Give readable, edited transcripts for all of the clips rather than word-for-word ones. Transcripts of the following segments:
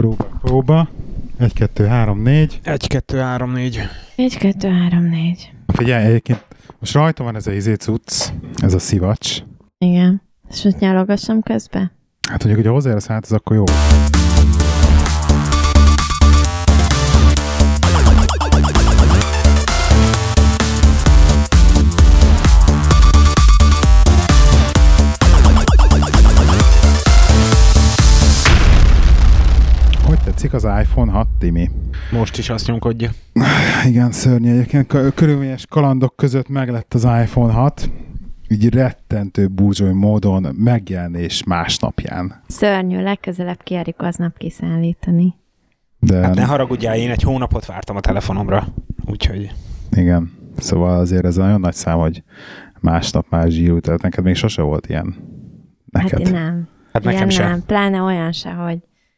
Próba. 1, 2, 3, 4. 1, 2, 3, 4. 1, 2, 3, 4. Figyelj, egyébként most rajta van ez a cucc, ez a szivacs. Igen. És most nyalogassam közben? Hát mondjuk, hogyha hozzáérsz hát, az akkor jó. Hogy tetszik az iPhone 6, Timi? Most is azt nyomkodja. Igen, szörnyű. Egyébként körülményes kalandok között meglett az iPhone 6, így rettentő búzsói módon megjelenés másnapján. Szörnyű, legközelebb kiárjuk aznap kiszállítani. De Hát ne haragudjál, én egy hónapot vártam a telefonomra, úgyhogy... igen, szóval azért ez nagyon nagy szám, hogy másnap más zsírú, tehát neked még sose volt ilyen. Neked? Hát nem. Hát nekem sem. Nem, pláne olyan se, hogy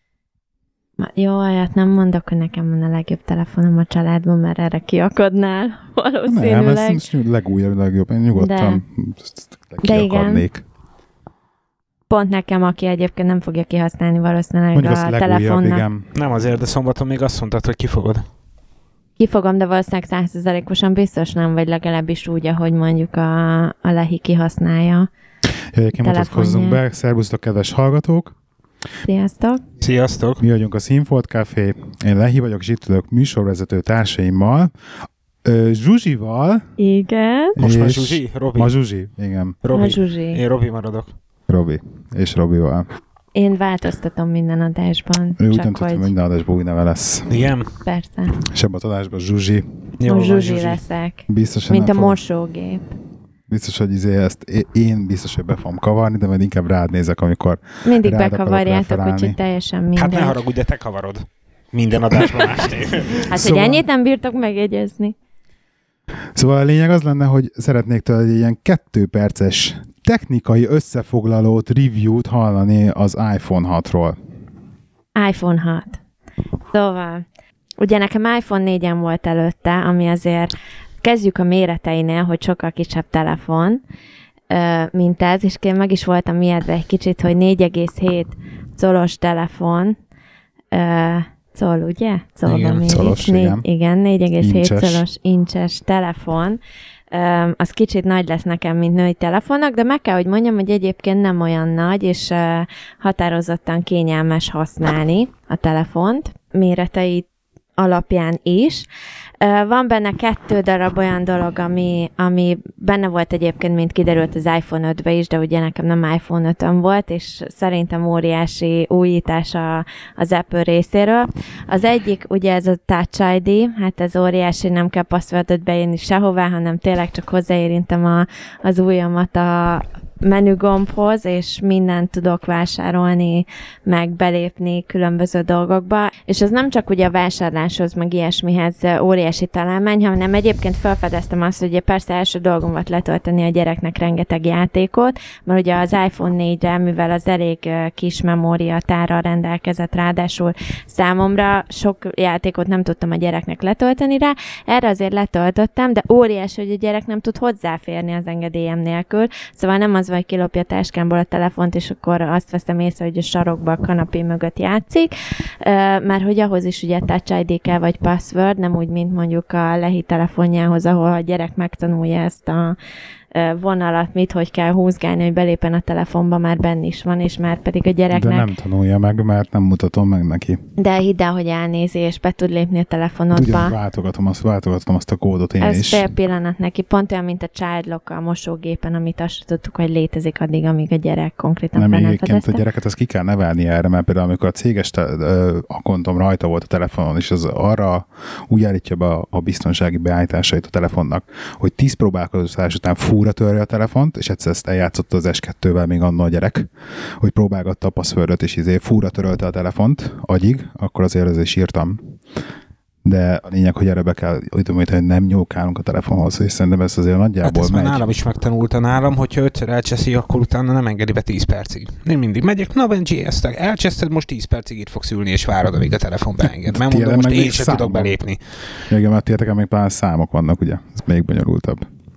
jó, olyat nem mondok, hogy nekem van a legjobb telefonom a családban, mert erre kiakadnál valószínűleg. Nem, ez most legjobb. Én nyugodtan kiakadnék. Pont nekem, aki egyébként nem fogja kihasználni valószínűleg mondjuk a telefonnak. Igen. Nem azért, de szombaton még azt mondtad, hogy kifogod. Kifogom, de valószínűleg 100%-osan biztos nem, vagy legalábbis úgy, ahogy mondjuk a Lehi kihasználja. Egyébként mutatkozzunk be. Szervusztok, kedves hallgatók! Sziasztok! Sziasztok! Mi vagyunk a Színfolt Café. Én Lehi vagyok, és itt ülök műsorvezető társaimmal. Zsuzsival. Igen. Most már Zsuzsi? Robi? Ma Zsuzsi, igen. Robi. Zsuzsi. Én Robi maradok. Robi. És Robival. Én változtatom minden adásban. Ő úgy döntött, hogy minden adásban új neve lesz. Igen? Persze. És ebben az adásban Zsuzsi. Most Zsuzsi leszek. Biztos, mint a mosógép. Biztos, hogy ezt én biztos, hogy be fogom kavarni, de majd inkább rád nézek, amikor mindig bekavarjátok, úgyhogy teljesen mindegy. Hát ne haragudj, de te kavarod. Minden adásban más név. Hát, szóval... hogy ennyit nem bírtok megjegyezni. Szóval a lényeg az lenne, hogy szeretnék tőle egy ilyen 2 perces technikai összefoglalót, review-t hallani az iPhone 6-ról. iPhone 6. Szóval, ugye nekem iPhone 4-en volt előtte, ami azért kezdjük a méreteinél, hogy sokkal kisebb telefon, mint ez, és én meg is voltam ijedve egy kicsit, hogy 4,7 colos telefon, col, ugye? Igen, colos, igen, 4,7 colos incses telefon, az kicsit nagy lesz nekem, mint női telefonnak, de meg kell, hogy mondjam, hogy egyébként nem olyan nagy, és határozottan kényelmes használni a telefont, méretei alapján is. Van benne 2 darab olyan dolog, ami benne volt egyébként, mint kiderült az iPhone 5-be is, de ugye nekem nem iPhone 5-öm volt, és szerintem óriási újítás az Apple részéről. Az egyik, ugye ez a Touch ID, hát ez óriási, nem kell passwordot beírni sehová, hanem tényleg csak hozzáérintem az ujjamat a menügombhoz, és mindent tudok vásárolni, meg belépni különböző dolgokba. És ez nem csak ugye a vásárláshoz, meg ilyesmihez óriási találmány, hanem egyébként felfedeztem azt, hogy persze első dolgom volt letölteni a gyereknek rengeteg játékot, mert ugye az iPhone 4-re, mivel az elég kis memóriatárral rendelkezett, ráadásul számomra sok játékot nem tudtam a gyereknek letölteni rá, erre azért letöltöttem, de óriási, hogy a gyerek nem tud hozzáférni az engedélyem nélkül, szóval nem az, vagy kilopja a táskámból a telefont, és akkor azt veszem észre, hogy a sarokba a kanapé mögött játszik, mert hogy ahhoz is ugye Touch ID kell, vagy password, nem úgy, mint mondjuk a Lehi telefonjához, ahol a gyerek megtanulja ezt a vonalat, hogy kell húzgálni, hogy belépen a telefonba, már benne is van, és már pedig a gyereknek... De nem tanulja meg, mert nem mutatom meg neki. De hidd el, hogy elnézi, és be tud lépni a telefonodba. Ugyan váltogatom azt a kódot én ez is. Ez fél pillanat neki, pont olyan, mint a Child Lock a mosógépen, amit azt sem tudtuk, hogy létezik addig, amíg a gyerek konkrétan fel nem fedezte. A gyereket azt ki kell nevelni erre, mert például amikor a céges akkontom rajta volt a telefonon, és az arra úgy állítja be a biztonsági beállításait a telefonnak, hogy 10 próbálkozás után fúra törje a telefont, és egyszer ezt eljátszotta az S2-vel még annól a gyerek, hogy próbálgatta a passwordot, és fúra törölte a telefont agyig, akkor azért is írtam. De a lényeg, hogy erre be kell, hogy nem nyúlkálunk a telefonhoz, és szerintem ez azért nagyjából hát ezt megy. Nálam is megtanulta nálam, hogyha 5-szer elcseszi, akkor utána nem engedi be 10 percig. Én mindig megyek, na Benji, ezt elcseszted, most 10 percig itt fogsz ülni, és várod, amíg a telefon beenged. Mert mondom, most én sem tudok belépni. Igen, mert tieteken még talán számok vannak, ugye? Ez még bonyolultabb.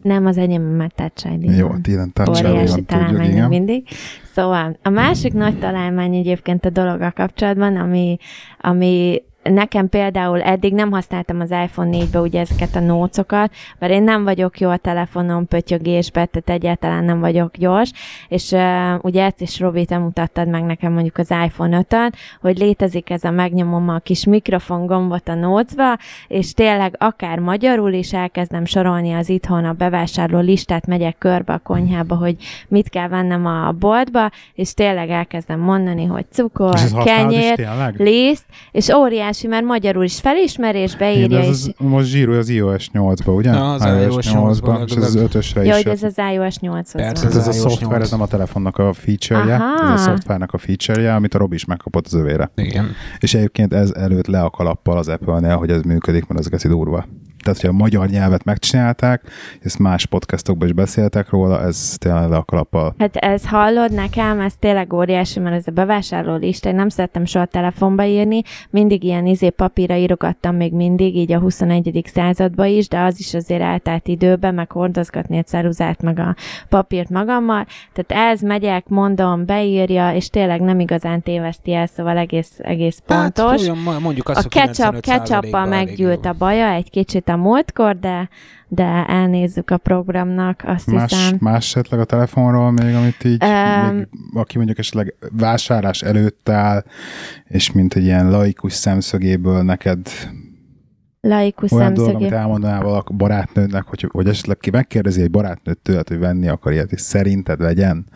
Nem, az enyém már Touch ID. Jó, ilyen Touch ID óriási találmány igen. mindig. Szóval a másik nagy találmány egyébként a dologgal kapcsolatban, ami nekem például eddig nem használtam az iPhone 4-be ugye ezeket a nócokat, mert én nem vagyok jó a telefonon pötyögésbe, tehát egyáltalán nem vagyok gyors, és ugye ezt is, Robi, te mutattad meg nekem mondjuk az iPhone 5-ön, hogy létezik ez a megnyomom a kis mikrofon gombot a nócba, és tényleg akár magyarul is elkezdem sorolni az itthon a bevásárló listát, megyek körbe a konyhába, hogy mit kell vennem a boltba, és tényleg elkezdem mondani, hogy cukor, kenyér, liszt, és óriási, mert magyarul is felismerés, beírja is. Most zsírolja az iOS 8-ba, ugye? Az iOS 8-ba. És ez az 5-ösre is. Jó, hogy ez az iOS 8-hoz Persze, van. Ez a szoftver, ez nem a telefonnak a feature-je, ez a szoftvernek a feature-je, amit a Robi is megkapott az övére. Igen. És egyébként ez előtt le a kalappal az Apple-nél, hogy ez működik, mert ez geci durva. Tehát, hogy a magyar nyelvet megcsinálták, ezt más podcastokban is beszéltek róla, ez tényleg le a kalappal. Hát ez hallod nekem, ez tényleg óriási, mert ez a bevásárló lista, én nem szerettem soha telefonba írni, mindig ilyen papírra írogattam még mindig, így a 21. században is, de az is azért eltelt időben, meg hordozgatni a ceruzát, meg a papírt magammal. Tehát ez megyek, mondom, beírja, és tényleg nem igazán téveszti el, szóval egész pontos. Hát, mondjuk azt, a ketchuppal meggyűlt a baja egy kicsit a múltkor, de elnézzük a programnak, azt hiszem. Más esetleg a telefonról még, amit így, még, aki mondjuk esetleg vásárlás előtt áll, és mint egy ilyen laikus szemszögéből neked olyan dolog, amit elmondanál valaki barátnődnek, hogy esetleg ki megkérdezi egy barátnőt tőled, hogy venni akar ilyet, és szerinted legyen?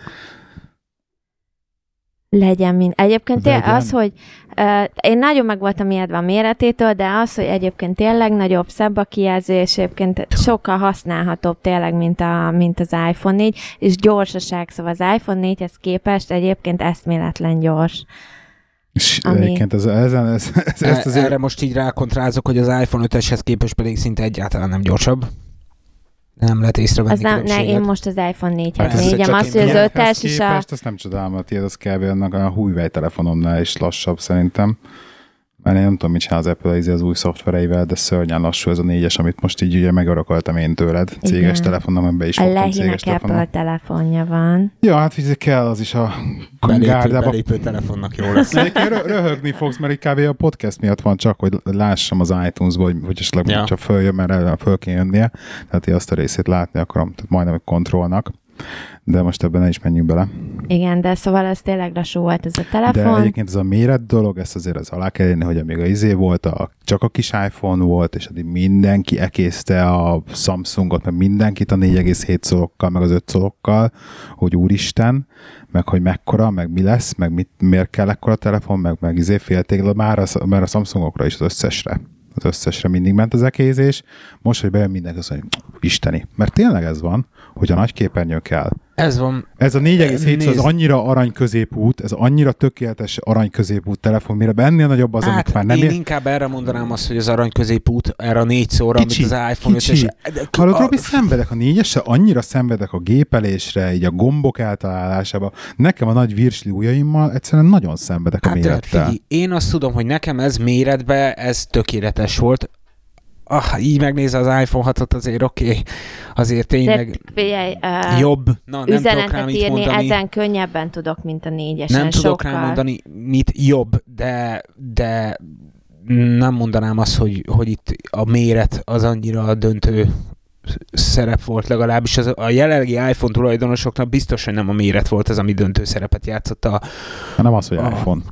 Legyen. Egyébként az, hogy én nagyon meg voltam ijedve a méretétől, de az, hogy egyébként tényleg nagyobb, szebb a kijelző, és egyébként sokkal használhatóbb tényleg, mint az iPhone 4, és gyorsaság, szóval az iPhone 4-hez képest egyébként eszméletlen gyors. És egyébként erre most így rákontrázok, hogy az iPhone 5-eshez képest pedig szinte egyáltalán nem gyorsabb. Nem lehet észrevenni különbséget. Én most az iPhone 4-hez négyem, azt, hogy az 5-es is a... Azt nem csodálom, mert ez kb. Annak a Huawei telefonomnál is lassabb szerintem. Mert én nem tudom, mit csinál az Apple az új szoftvereivel, de szörnyen lassú ez a 4-es, amit most így ugye megarakoltam én tőled. Céges telefonom, amiben is fogtam céges telefonom. A Apple telefonja van. Ja, hát figyelj, kell az is a belépő telefonnak jó lesz. Röhögni fogsz, mert így kb. A podcast miatt van csak, hogy lássam az iTunes-ból, hogy esetleg csak följön, mert föl kell jönnie. Tehát én azt a részét látni akarom, tehát majdnem, hogy kontrollnak. De most ebben ne is menjünk bele. Igen, de szóval ez tényleg lassú volt ez a telefon. De egyébként ez a méret dolog, ezt azért az alá kell érni, hogy amíg a volt, csak a kis iPhone volt, és addig mindenki ekészte a Samsungot, meg mindenkit a 4,7 szolokkal, meg az 5 szolokkal, hogy úristen, meg hogy mekkora, meg mi lesz, meg miért kell ekkora telefon, meg féltégla, már a Samsungokra is, az összesre mindig ment az ekézés. Most, hogy bejön mindenki, azt mondja, isteni. Mert tényleg ez van, hogy a nagy képernyő kell. Ez van. Ez a 4,7 az annyira arany középút, ez annyira tökéletes arany középút telefon, mire ennél nagyobb az, amit már nem én inkább erre mondanám azt, hogy az arany középút erre a 4 szóra, amit az iPhone 5-es. Hallod, Robi, szenvedek a 4-esre, annyira szenvedek a gépelésre, így a gombok eltalálásába. Nekem a nagy virsli ujjaimmal egyszerűen nagyon szenvedek a mérettel. Figyelj, én azt tudom, hogy nekem ez méretben ez tökéletes volt. Így megnézze az iPhone 6-ot, azért oké. Azért tényleg figyelj, jobb. Nem tudok rá mit mondani. Ezen könnyebben tudok, mint a 4-esen. Nem tudok rá mondani, mit jobb, de nem mondanám azt, hogy itt a méret az annyira döntő szerep volt, legalábbis a jelenlegi iPhone tulajdonosoknak biztos, hogy nem a méret volt az, ami döntő szerepet játszott nem az, hogy iPhone.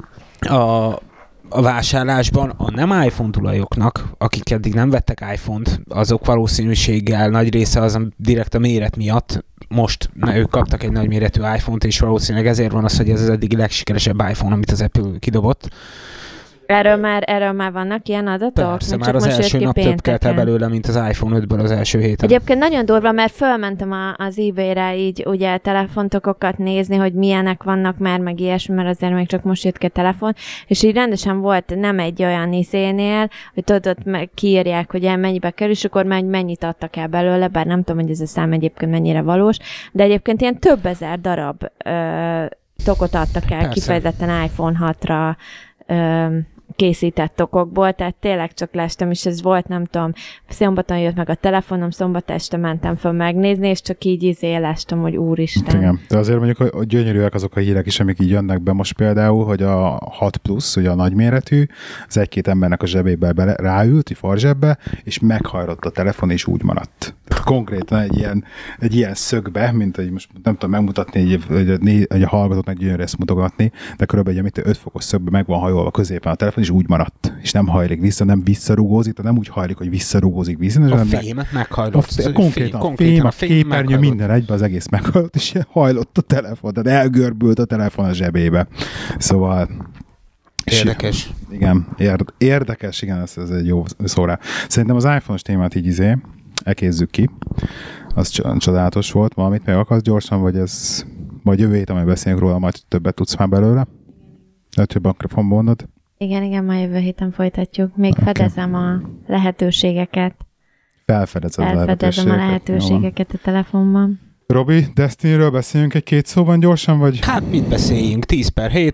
A vásárlásban a nem iPhone tulajoknak, akik eddig nem vettek iPhone-t, azok valószínűséggel nagy része az direkt a méret miatt. Most ők kaptak egy nagy méretű iPhone-t, és valószínűleg ezért van az, hogy ez az eddigi legsikeresebb iPhone, amit az Apple kidobott. Erről már vannak ilyen adatok? Persze, már az első nap több kelt el belőle, mint az iPhone 5-ből az első héten. Egyébként nagyon durva, mert fölmentem az eBay-re így ugye telefontokokat nézni, hogy milyenek vannak már, meg ilyesmi, mert azért még csak most jött ki a telefon, és így rendesen volt nem egy olyan izénél, hogy tudod, kiírják, hogy mennyibe kerül, és akkor mennyit adtak el belőle, bár nem tudom, hogy ez a szám egyébként mennyire valós, de egyébként ilyen több ezer darab tokot adtak el kifejezetten iPhone 6-ra, készített okokból, tehát tényleg csak lestem, és ez volt, nem tudom, szombaton jött meg a telefonom, szombat este mentem fel megnézni, és csak így lestem, hogy úristen. Igen, de azért mondjuk, hogy gyönyörűek azok a hírek is, amik így jönnek be most például, hogy a 6 plusz, ugye a nagyméretű, az egy-két embernek a zsebébe ráült, farzsebbe, és meghajlott a telefon, és úgy maradt. Konkrétan egy ilyen szögbe, mint hogy most nem tudom megmutatni, egy a hallgatóknak gyönyörű ezt mutogatni, de körülbelül egy 5 fokos szögbe meg van hajolva középen a telefon, és úgy maradt. És nem hajlik vissza, nem visszarugózik, tehát nem úgy hajlik, hogy visszarugózik vissza. A fémet meghajlott. Konkrétan a fém, a képernyő, minden egybe, az egész meghajlott, és hajlott a telefon, tehát elgörbült a telefon a zsebébe. Szóval érdekes. Igen, érdekes, igen, ez egy jó szó rá. Szerintem az iPhone-os témát így elkézzük ki. Az csodálatos volt. Valamit meg akarsz gyorsan, vagy jövő héten majd beszélünk róla, majd többet tudsz már belőle? Lehet, hogy mikrofonba mondod? Igen, majd jövő héten folytatjuk. Még fedezem a lehetőségeket. Felfedezem a lehetőségeket a telefonban. Robi, Destiny-ről beszéljünk egy-két szóban gyorsan, vagy? Hát mit beszéljünk? 10/7.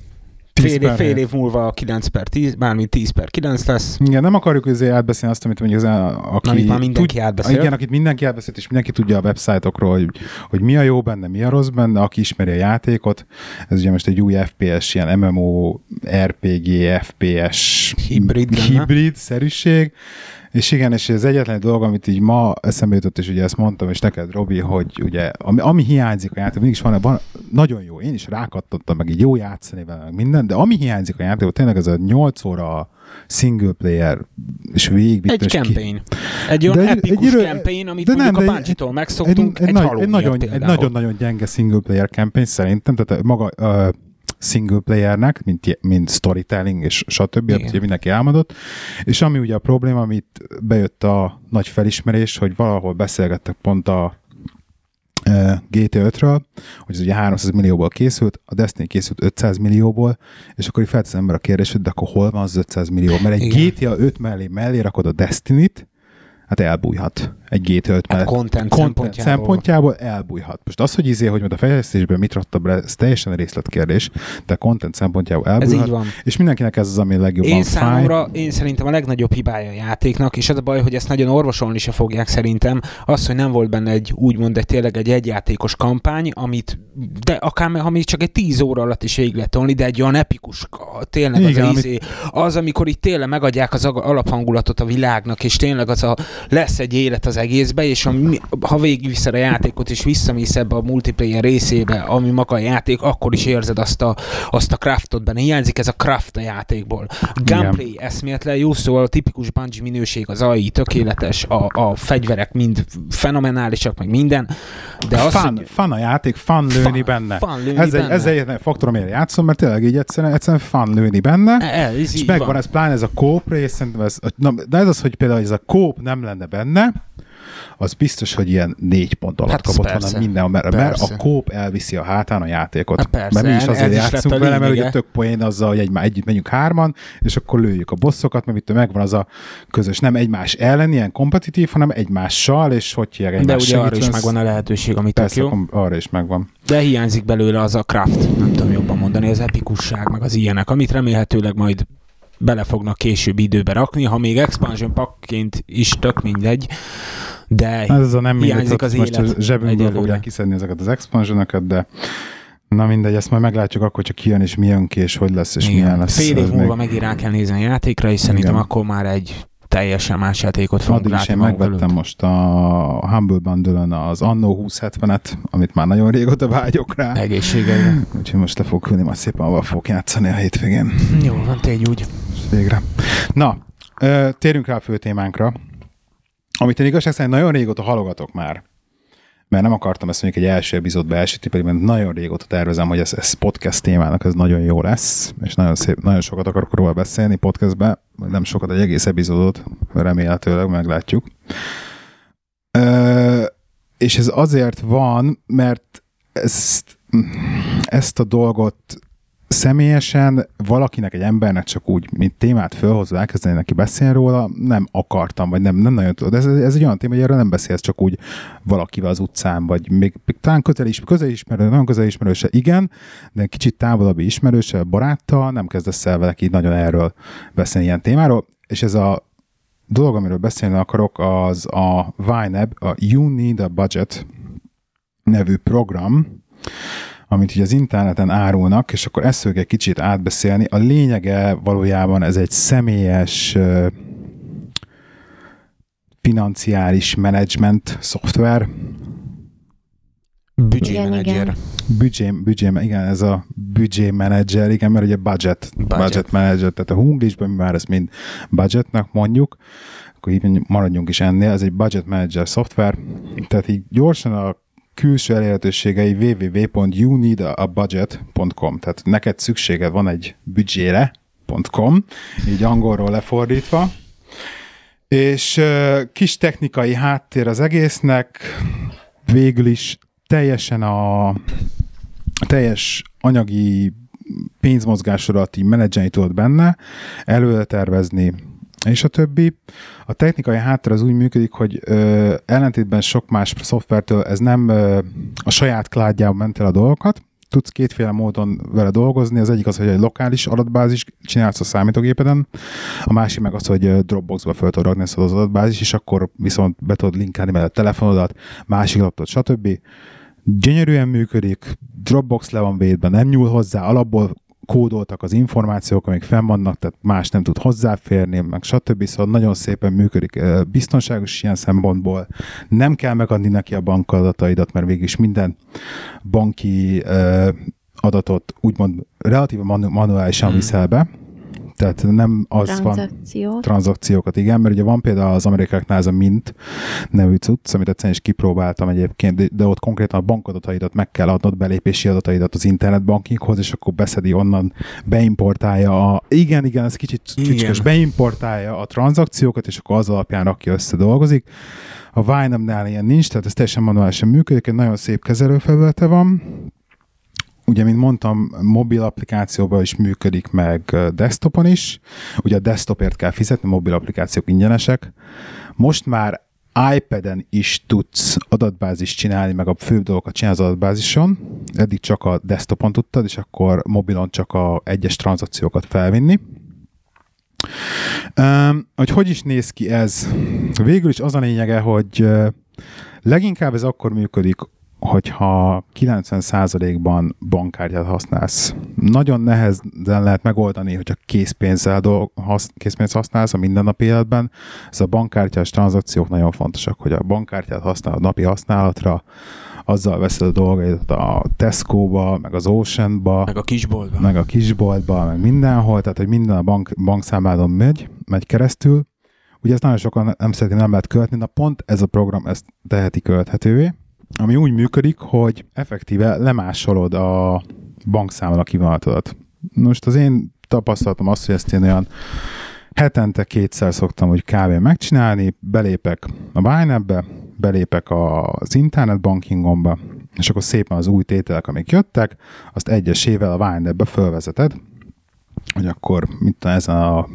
Fél év múlva 9/10, mármint 10/9 lesz. Igen, nem akarjuk azért átbeszélni azt, amit mondjuk amit már mindenki átbeszélt. Igen, akit mindenki átbeszélt, és mindenki tudja a websájtokról, hogy mi a jó benne, mi a rossz benne, aki ismeri a játékot. Ez ugye most egy új FPS, ilyen MMO, RPG, FPS hibrid-szerűség. És igen, és ez egyetlen dolog, amit így ma eszembe jutott, és ugye ezt mondtam, és neked, Robi, hogy ugye, ami hiányzik a játék, mégis van nagyon jó, én is rákattottam, meg így jó játszani vele, meg minden, de ami hiányzik a játékban, tényleg ez a 8 óra single player, és végigvitt. Egy campaign. Egy olyan epikus campaign, amit mondjuk a Bungie-tól megszoktunk, egy nagyon-nagyon gyenge single player campaign szerintem, tehát maga single playernek, mint storytelling, és stb., amit mindenki elmondott. És ami ugye a probléma, amit bejött a nagy felismerés, hogy valahol beszélgettek pont a GTA 5-ről, hogy ez ugye 300 millióból készült, a Destiny készült 500 millióból, és akkor így feltesz ember a kérdés, hogy de akkor hol van az 500 millió? Mert egy GTA 5 mellé rakod a Destiny-t, hát elbújhat. Egy GTA 5 mellett. Content szempontjából elbújhat. Most az, hogy hogy a fejlesztésben mit rakta be, ez teljesen részletkérdés, de content szempontjából elbújhat. Ez így van. És mindenkinek ez az, ami legjobban fáj. Én szerintem a legnagyobb hibája a játéknak, és az a baj, hogy ezt nagyon orvosolni se fogják szerintem, az, hogy nem volt benne tényleg egy egyjátékos kampány, de akár ami csak egy 10 óra alatt is végig lehet tolni, de egy olyan epikus, tényleg az, amikor itt tényleg megadják az alaphangulatot a világnak, és tényleg lesz egy élet az egészbe, és ha végigviszed a játékot, és visszamész ebbe a multiplayer részébe, ami maga a játék, akkor is érzed azt a craftot benne. Hiányzik ez a craft a játékból. A gameplay eszméletlen jó, szóval a tipikus Bungie minőség, az AI tökéletes, a fegyverek mind fenomenálisak, meg minden. De fun a játék, fun lőni benne. Ez egy faktor, amire játszom, mert tényleg így egyszerűen fun lőni benne. És megvan ez, pláne ez a coop rész, szerintem de ez az, hogy például ez a coop nem lenne benne, az biztos, hogy ilyen 4 pont alatt kapott volna minden, mert a kóp elviszi a hátán a játékot. Mert mi is azért játszunk vele, mert ugye tök poén azzal, hogy együtt menjünk 3-an, és akkor lőjük a bosszokat, mert itt megvan az a közös, nem egymás ellen, ilyen kompetitív, hanem egymással, és hogy hívják egymás. De ugye arra is megvan a lehetőség, amit persze, jó. Arra is megvan. De hiányzik belőle az a craft, nem tudom jobban mondani, az epikusság, meg az ilyenek, amit remélhetőleg majd bele fognak később időbe rakni, ha még expansion packként is tök mindegy, de ez a nem hiányzik az élet. Most zsebünkből fogják kiszedni ezeket az expansionokat, de na mindegy, ezt majd meglátjuk akkor, csak kijön és mi jön ki, és hogy lesz, és milyen lesz. Fél év múlva megint rá kell nézni a játékra, és szerintem akkor már egy teljesen más játékot fogunk látni. Én megvettem most a Humble Bundle-on az Anno 2070-et, amit már nagyon régóta vágyok rá. Egészségedre. Úgyhogy most le fogok ülni, majd szépen avval fogok játszani a hétvégén. Jó, van, tégy úgy. Végre. Na, térjünk rá a fő témánkra, amit én igazság szerint nagyon régóta halogatok már, mert nem akartam ezt mondjuk egy első epizódba elsütni, mert nagyon régóta tervezem, hogy ez podcast témának ez nagyon jó lesz, és nagyon sokat akarok róla beszélni podcastben, nem sokat, egy egész epizódot, remélhetőleg meglátjuk. És ez azért van, mert ezt a dolgot személyesen valakinek, egy embernek csak úgy, mint témát fölhozva elkezdeni neki beszélni róla, nem akartam, vagy nem nagyon tudod. Ez egy olyan téma, hogy erről nem beszélsz csak úgy valakivel az utcán, vagy még talán közelismerő, nagyon közelismerőse, igen, de kicsit távolabbi ismerőse, baráttal nem kezdesz el vele így nagyon erről beszélni ilyen témáról, és ez a dolog, amiről beszélni akarok, az a YNAB, a You Need a Budget nevű program, amit így az interneten árulnak, és akkor ezt fogjuk egy kicsit átbeszélni. A lényege valójában ez egy személyes financiális menedzsment szoftver. Budgetmenedzser. Igen, ez a budgetmenedzser, igen, mert ugye budget manager, tehát a hunglishban mi már ezt mind budgetnak mondjuk, akkor így maradjunk is ennél, ez egy budget manager szoftver, tehát így gyorsan a külső elérhetőségei www.youneedabudget.com, tehát neked szükséged van egy büdzsére.com, így angolról lefordítva, és kis technikai háttér az egésznek, végül is teljesen a teljes anyagi pénzmozgásodat így menedzselni tudod benne, előre tervezni, és a többi. A technikai háttér az úgy működik, hogy ellentétben sok más szoftvertől ez nem a saját cloudjában ment el a dolgokat, tudsz kétféle módon vele dolgozni, az egyik az, hogy egy lokális adatbázis csinálsz a számítógépeden, a másik meg az, hogy Dropboxba föl tudod rakni ezt az adatbázis, és akkor viszont be tudod linkálni vele a telefonodat, másik laptopot, stb. Gyönyörűen működik, Dropbox le van védve, nem nyúl hozzá, alapból kódoltak az információk, amik fenn vannak, tehát más nem tud hozzáférni, meg stb. Szóval nagyon szépen működik, biztonságos ilyen szempontból. Nem kell megadni neki a bankadataidat, mert végig is minden banki adatot úgymond relatíve manuálisan viszel be. Tehát nem az van... Tranzakciókat, igen, mert ugye van például az amerikáknál ez a Mint nevű cucc, amit egyszerűen is kipróbáltam egyébként, de ott konkrétan a bankadataidat meg kell adnod, belépési adataidat az internetbankinghoz, és akkor beszedi onnan, beimportálja igen, ez kicsit csücskös, beimportálja a tranzakciókat, és akkor az alapján rakja össze, dolgozik. A YNAB-nál ilyen nincs, tehát ez teljesen manuálisan működik, egy nagyon szép kezelőfelülete van. Ugye, mint mondtam, mobil applikációban is működik, meg desktopon is. Ugye a desktopért kell fizetni, mobil applikációk ingyenesek. Most már iPad-en is tudsz adatbázist csinálni, meg a főbb dolgokat csinálni az adatbázison. Eddig csak a desktopon tudtad, és akkor mobilon csak a egyes tranzakciókat felvinni. Hogy is néz ki ez? Végül is az a lényege, hogy leginkább ez akkor működik, hogyha 90%-ban bankkártyát használsz. Nagyon nehezen lehet megoldani, hogyha készpénzt használsz a mindennapi életben. Ez a bankkártyás tranzakciók nagyon fontosak, hogy a bankkártyát használod napi használatra, azzal veszed a dolgaidat a Tesco-ba, meg az Ocean-ba, meg a kisboltba, meg mindenhol, tehát hogy minden a bankszámládon megy keresztül. Ugye ezt nagyon sokan nem lehet követni, na pont ez a program ezt teheti követhetővé, ami úgy működik, hogy effektíve lemásolod a bankszámla kivonatodat. Most az én tapasztalatom az, hogy ezt én olyan hetente 2-szer szoktam úgy kb. Megcsinálni, belépek a YNAB-be, belépek az internetbankingomba, és akkor szépen az új tételek, amik jöttek, azt egyesével a YNAB-be fölvezeted, hogy akkor ezen a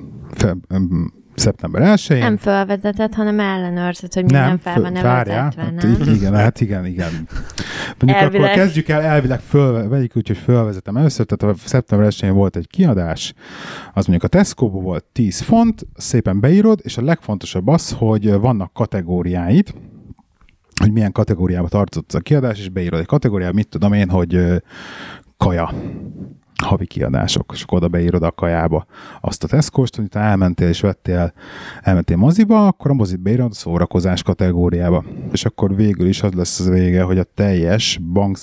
szeptember 1-én. Nem felvezeted, hanem ellenőrzöd, hogy minden fel van vezetve, nem? Hát igen. Mondjuk elvileg. Akkor kezdjük el elvileg vegyük úgy, hogy felvezetem először, tehát a szeptember 1-én volt egy kiadás, az mondjuk a Tesco-ban volt 10 font, szépen beírod, és a legfontosabb az, hogy vannak kategóriáid, hogy milyen kategóriába tartozott a kiadás, és beírod egy kategóriába, mit tudom én, hogy kaja. Havi kiadások, és akkor oda beírod a kajába azt a Tesco-st, hogy elmentél és elmentél moziba, akkor a mozit beírod a szórakozás kategóriába. És akkor végül is az lesz az vége, hogy a teljes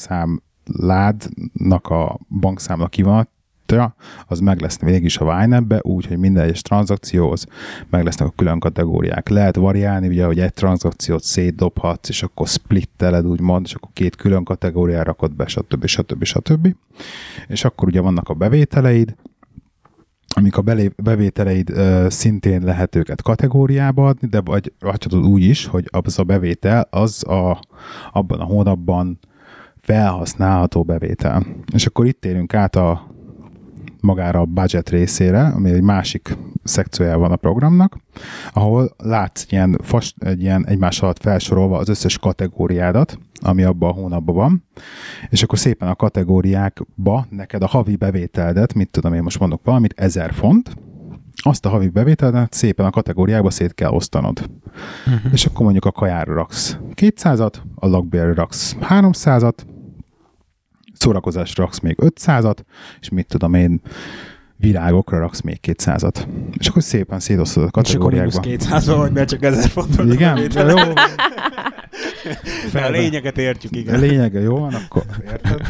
bankszámládnak a bankszámla kivonatra, az meg lesz végig a YNAB-be, úgy, hogy minden egyes tranzakcióhoz meg lesznek a külön kategóriák. Lehet variálni, ugye, hogy egy tranzakciót szétdobhatsz, és akkor splitteled, úgymond, és akkor 2 külön kategóriára rakod be, stb. És akkor ugye vannak a bevételeid, amik a bevételeid szintén lehet őket kategóriába adni, de vagy tudod úgy is, hogy az a bevétel az abban a hónapban felhasználható bevétel. És akkor itt térünk át a magára a budget részére, ami egy másik szekciója van a programnak, ahol látsz egy ilyen egymás alatt felsorolva az összes kategóriádat, ami abban a hónapban van, és akkor szépen a kategóriákba neked a havi bevételedet, mit tudom én most mondok valamit, 1000 font, azt a havi bevételedet szépen a kategóriákba szét kell osztanod. És akkor mondjuk a kajára raksz 200-at, a lakbérre raksz 300-at, szórakozásra raksz még 500-at, és mit tudom én, virágokra raksz még 200-at. És akkor szépen szétosztod a kategóriákba. És akkor -200-ban vagy, mert csak 1000 fontot. Igen? Jó. A lényeget értjük, igen. A lényege jó van, akkor érted?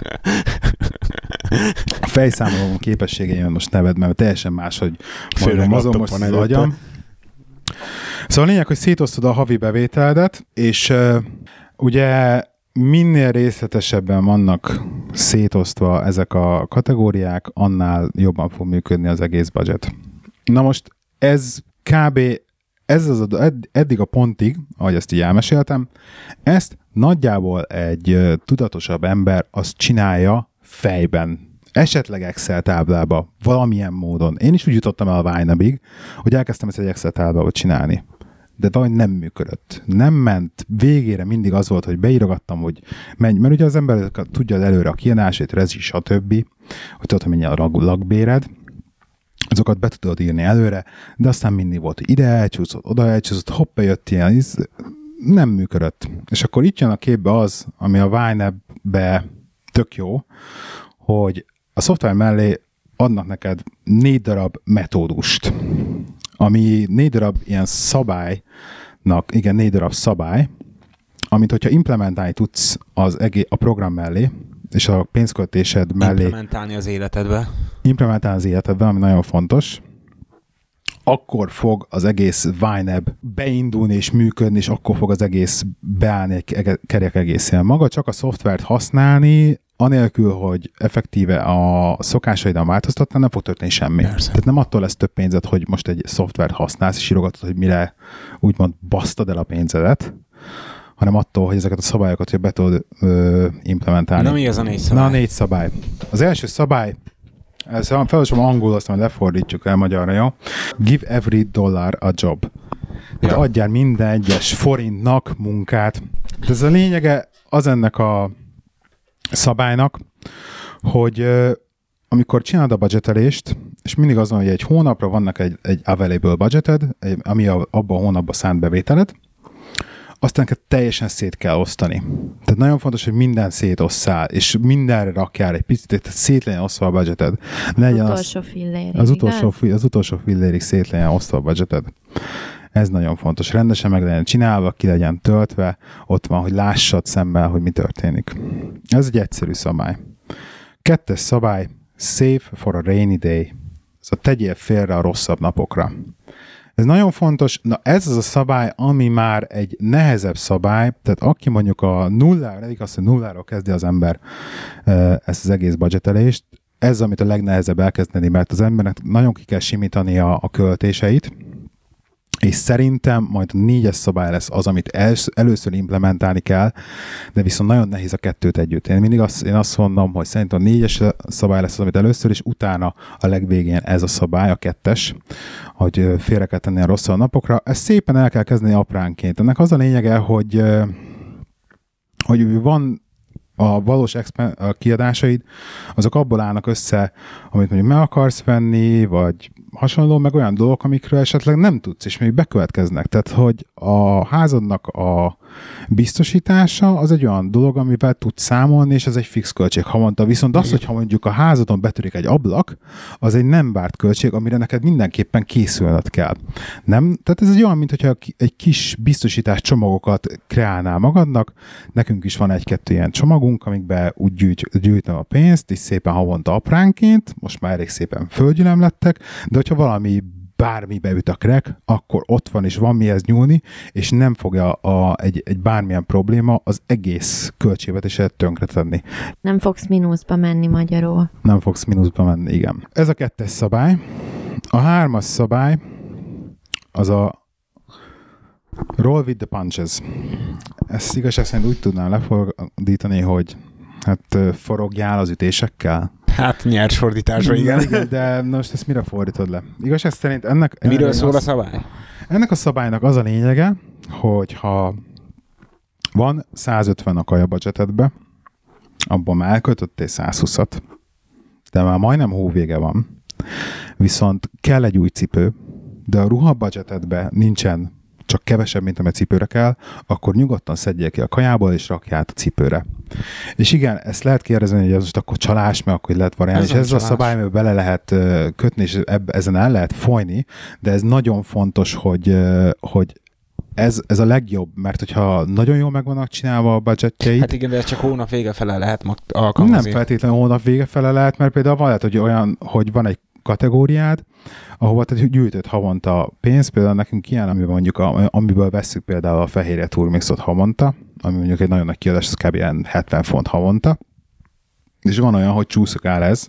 A fejszámoló képességeim most neved, mert teljesen más, hogy mozog most az agyam. Szóval a lényeg, hogy szétosztod a havi bevételedet, és ugye minél részletesebben vannak szétosztva ezek a kategóriák, annál jobban fog működni az egész budget. Na most ez kb. Eddig a pontig, ahogy ezt így elmeséltem, ezt nagyjából egy tudatosabb ember azt csinálja fejben. Esetleg Excel táblába, valamilyen módon. Én is úgy jutottam el a Vine-ig, hogy elkezdtem ezt egy Excel táblába csinálni. De valahogy nem működött. Nem ment. Végére mindig az volt, hogy beírogattam, hogy menj, mert ugye az ember tudja előre a kiadásait, rezsi, stb., hogy tudod, hogy mennyi a lakbéred, azokat be tudod írni előre, de aztán mindig volt, hogy ide elcsúszott, oda elcsúszott, hopp, bejött ilyen, nem működött. És akkor itt jön a képbe az, ami a Vine-be tök jó, hogy a szoftver mellé adnak neked 4 darab metódust, ami 4 darab ilyen szabálynak, igen, 4 darab szabály, amit hogyha implementálni tudsz a program mellé, és a pénzköltésed mellé... Implementálni az életedbe, ami nagyon fontos, akkor fog az egész Vine beindulni és működni, és akkor fog az egész beállni egy kerek egészen. Maga csak a szoftvert használni, anélkül, hogy effektíve a szokásaidon változtatnál, nem fog történni semmi. Persze. Tehát nem attól lesz több pénzed, hogy most egy szoftvert használsz, és írogatod, hogy mire úgymond basztad el a pénzedet, hanem attól, hogy ezeket a szabályokat hogy be tudod implementálni. Na mi az a 4 szabály? Na a 4 szabály. Az első szabály, felolvasom angolul, aztán lefordítjuk el magyarra, jó? Give every dollar a job. Ja. Adjál minden egyes forintnak munkát. De ez a lényege az ennek a szabálynak, hogy amikor csinálod a budgetelést, és mindig azon, hogy egy hónapra vannak egy available budgeted, ami abban a hónapban szánt bevételed, aztán teljesen szét kell osztani. Tehát nagyon fontos, hogy minden szétosszál, és mindenre rakjál egy picit, tehát szét legyen osztva a budgeted. Legyen az utolsó fillérig szét legyen osztva a budgeted. Ez nagyon fontos. Rendesen meg legyen csinálva, ki legyen töltve, ott van, hogy lássad szemmel, hogy mi történik. Ez egy egyszerű szabály. 2. szabály, save for a rainy day. Szóval tegyél félre a rosszabb napokra. Ez nagyon fontos. Na ez az a szabály, ami már egy nehezebb szabály, tehát aki mondjuk a nulláról, eddig azt, hogy nulláról kezdi az ember ezt az egész budgetelést, ez, amit a legnehezebb elkezdeni, mert az embernek nagyon ki kell simítani a költéseit, és szerintem majd a 4-es szabály lesz az, amit először implementálni kell, de viszont nagyon nehéz a kettőt együtt. Én azt mondom, hogy szerintem a 4-es szabály lesz az, amit először, és utána a legvégén ez a szabály, a 2-es, hogy félre kell tenni a rosszabb napokra. Ezt szépen el kell kezdeni apránként. Ennek az a lényege, hogy van a valós kiadásaid, azok abból állnak össze, amit mondjuk meg akarsz venni, vagy hasonló, meg olyan dolgok, amikről esetleg nem tudsz, és még bekövetkeznek. Tehát, hogy a házadnak a biztosítása az egy olyan dolog, amivel tudsz számolni, és ez egy fix költség havonta. Viszont az, hogyha mondjuk a házadon betörik egy ablak, az egy nem várt költség, amire neked mindenképpen készülnöd kell. Nem? Tehát ez egy olyan, mintha egy kis biztosítás csomagokat kreálnál magadnak. Nekünk is van 1-2 ilyen csomagunk, amikben úgy gyűjtöm a pénzt, és szépen havonta apránként, most már elég szépen földgyűlöm lettek, de hogyha bármibe üt a crack, akkor ott van, és van mihez nyúlni, és nem fogja egy bármilyen probléma az egész költségvetéset tönkretenni. Nem fogsz mínuszba menni magyarul. Nem fogsz mínuszba menni, igen. Ez a 2-es szabály. A 3-as szabály az a roll with the punches. Ezt igazság szerint úgy tudnám lefordítani, hogy hát forogjál az ütésekkel. Hát nyers fordításban, igen. Igen, de most ezt mire fordítod le? Igazság szerint ennek... Miről szól a szabály? Ennek a szabálynak az a lényege, hogy ha van 150 a kaja budgetedbe, abban már elköltöttél 120-at, de már majdnem hóvége van, viszont kell egy új cipő, de a ruha budgetedbe nincsen csak kevesebb, mint amely cipőre kell, akkor nyugodtan szedjél ki a kajából, és rakjál a cipőre. És igen, ezt lehet kérdezni, hogy ez most akkor csalás, mert akkor lehet variálni, és ez a szabály, mert bele lehet kötni, és ezen el lehet folyni, de ez nagyon fontos, hogy ez a legjobb, mert hogyha nagyon jól meg vannak csinálva a budgetjeid. Hát igen, de ez csak hónap vége fele lehet alkalmazni. Nem feltétlenül hónap vége fele lehet, mert például van lehet, hogy olyan, hogy van egy kategóriád, ahova te gyűjtöd havonta pénzt, például nekünk ilyen, amiből vesszük például a fehérje turmixot havonta, ami mondjuk egy nagyon nagy kiadás, ez kb. 70 font havonta, és van olyan, hogy csúszok áll ez,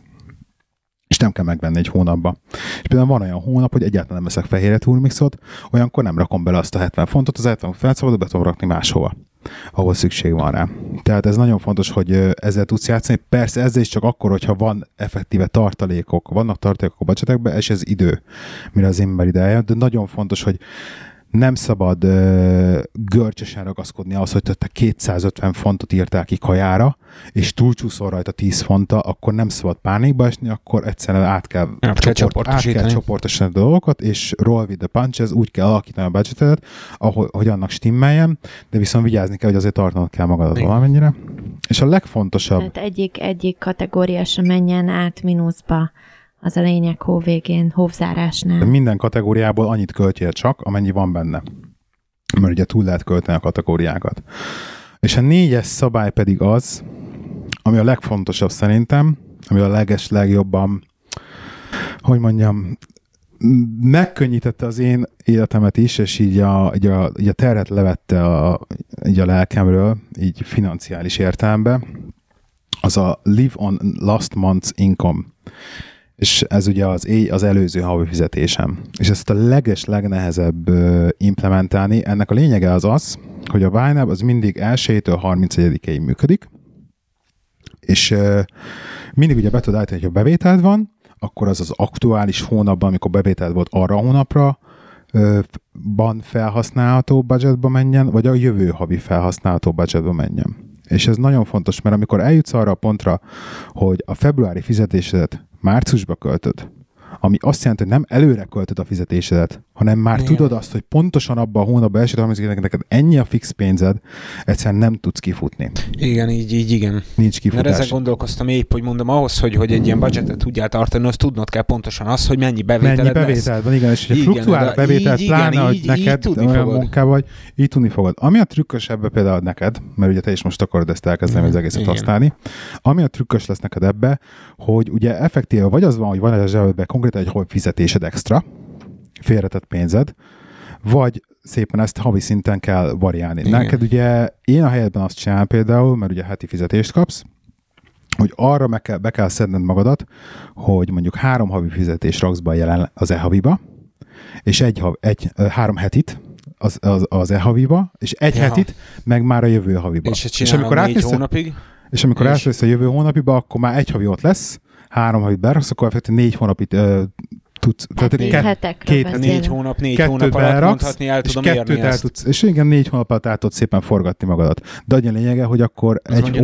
és nem kell megvenni egy hónapba. És például van olyan hónap, hogy egyáltalán nem veszek fehérje turmixot, olyankor nem rakom bele azt a 70 fontot, az 70 felszabadul, be tudom rakni máshova, ahol szükség van rá. Tehát ez nagyon fontos, hogy ezzel tudsz játszani. Persze ezzel is csak akkor, hogyha van effektíve tartalékok, vannak tartalékok a budgetekben, és ez idő, mire az ember ide eljön, de nagyon fontos, hogy nem szabad görcsösen ragaszkodni ahhoz, hogy te 250 fontot írtál ki kajára, és túlcsúszol rajta 10 fonttal, akkor nem szabad pánikba esni, akkor egyszerűen át kell csoportosítani a dolgokat, és roll with the punches, úgy kell alakítani a budgetedet, hogy annak stimmeljen, de viszont vigyázni kell, hogy azért tartanod kell magadat valamennyire. És a legfontosabb... Tehát egyik kategória sem menjen át mínuszba. Az a lényeg hóvégén, hóvzárásnál. Minden kategóriából annyit költjél csak, amennyi van benne. Mert ugye túl lehet költeni a kategóriákat. És a 4-es szabály pedig az, ami a legfontosabb szerintem, ami a legjobban, hogy mondjam, megkönnyítette az én életemet is, és így a terhet levette így a lelkemről, így financiális értelemben, az a live on last month's income. És ez ugye az előző havi fizetésem. És ezt a legnehezebb implementálni. Ennek a lényege az, hogy a YNAB az mindig 1-től 31-ig működik, és mindig ugye be tudod állítani, hogy ha bevételd van, akkor az aktuális hónapban, amikor bevételd volt arra a hónapra, felhasználható budgetba menjen, vagy a jövő havi felhasználható budgetba menjen. És ez nagyon fontos, mert amikor eljutsz arra a pontra, hogy a februári fizetésedet márciusba költöd, ami azt jelenti, hogy nem előre költöd a fizetésedet, hanem már tudod azt, hogy pontosan abban a hónapban első 30-ig neked ennyi a fix pénzed, egyszerűen nem tudsz kifutni. Igen, így igen. Nincs kifutás. Mert ezzel gondolkoztam épp, hogy mondom, ahhoz, hogy egy ilyen budgetet tudjál tartani, azt tudnod kell pontosan azt, hogy mennyi bevételed van, igen, és hogy fluktuál a bevételt, pláne, hogy neked olyan munkával, vagy, így tudni fogod. Ami a trükkös ebbe például neked, mert ugye te is most akarod ezt elkezdeni, az egészet használni, ami a trükkös lesz neked ebbe, hogy ugye effektíve vagy az van, hogy van egy zsebedben konkrétan egy fizetésed extra, félretett pénzed, vagy szépen ezt havi szinten kell variálni. Igen. Neked ugye én a helyetben azt csinálom például, mert ugye heti fizetést kapsz, hogy arra be kell szedned magadat, hogy mondjuk 3 havi fizetést raksz be jelen az e-haviba, és 3 hetit az e-haviba, és egy hetit meg már a jövő haviba. És amikor 4 hónapig? És amikor átvész a jövő hónapiba, akkor már 1 havi ott lesz, 3 havit beraksz, akkor effektív 4 hónapit tudsz. Tehát 4 hónap alatt mondhatni, el tudom érni ezt. És igen, 4 hónap alatt át tudsz szépen forgatni magadat. De annyi a lényege, hogy akkor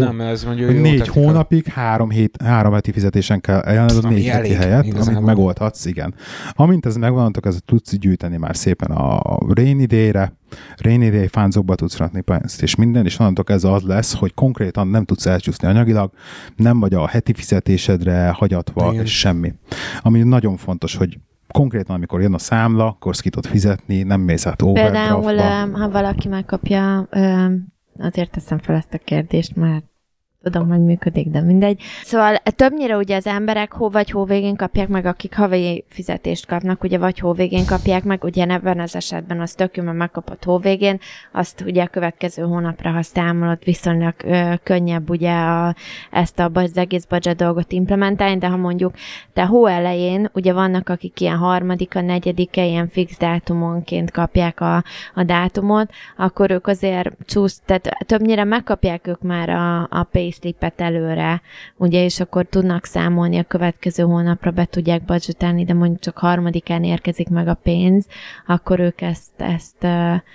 4 hónapig 3 heti fizetésen kell eljönned, 4 heti helyet, amit megoldhatsz, igen. Amint ez megvan, ez tudsz gyűjteni már szépen a rainy day fánzokba tudsz rakni pénzt, és minden, és onnantól ez az lesz, hogy konkrétan nem tudsz elcsúszni anyagilag, nem vagy a heti fizetésedre hagyatva, igen. És semmi. Ami nagyon fontos, hogy konkrétan, amikor jön a számla, akkor ki tudod fizetni, nem mész át overdraftba. Például, ha valaki megkapja, azért teszem fel ezt a kérdést, mert tudom, hogy működik, de mindegy. Szóval többnyire ugye az emberek vagy hóvégén kapják meg, akik havi fizetést kapnak, ugye vagy hóvégén kapják meg, ugye ebben az esetben az tök jó, mert megkapott hóvégén, azt ugye a következő hónapra, ha számolod, viszonylag könnyebb ugye ezt az egész budget dolgot implementálni, de ha mondjuk te hó elején, ugye vannak, akik ilyen 3., 4., ilyen fix dátumonként kapják a dátumot, akkor ők azért tehát többnyire megkapják ők már a pay payslipet előre, ugye, és akkor tudnak számolni a következő hónapra, be tudják budgetálni, de mondjuk csak 3-án érkezik meg a pénz, akkor ők ezt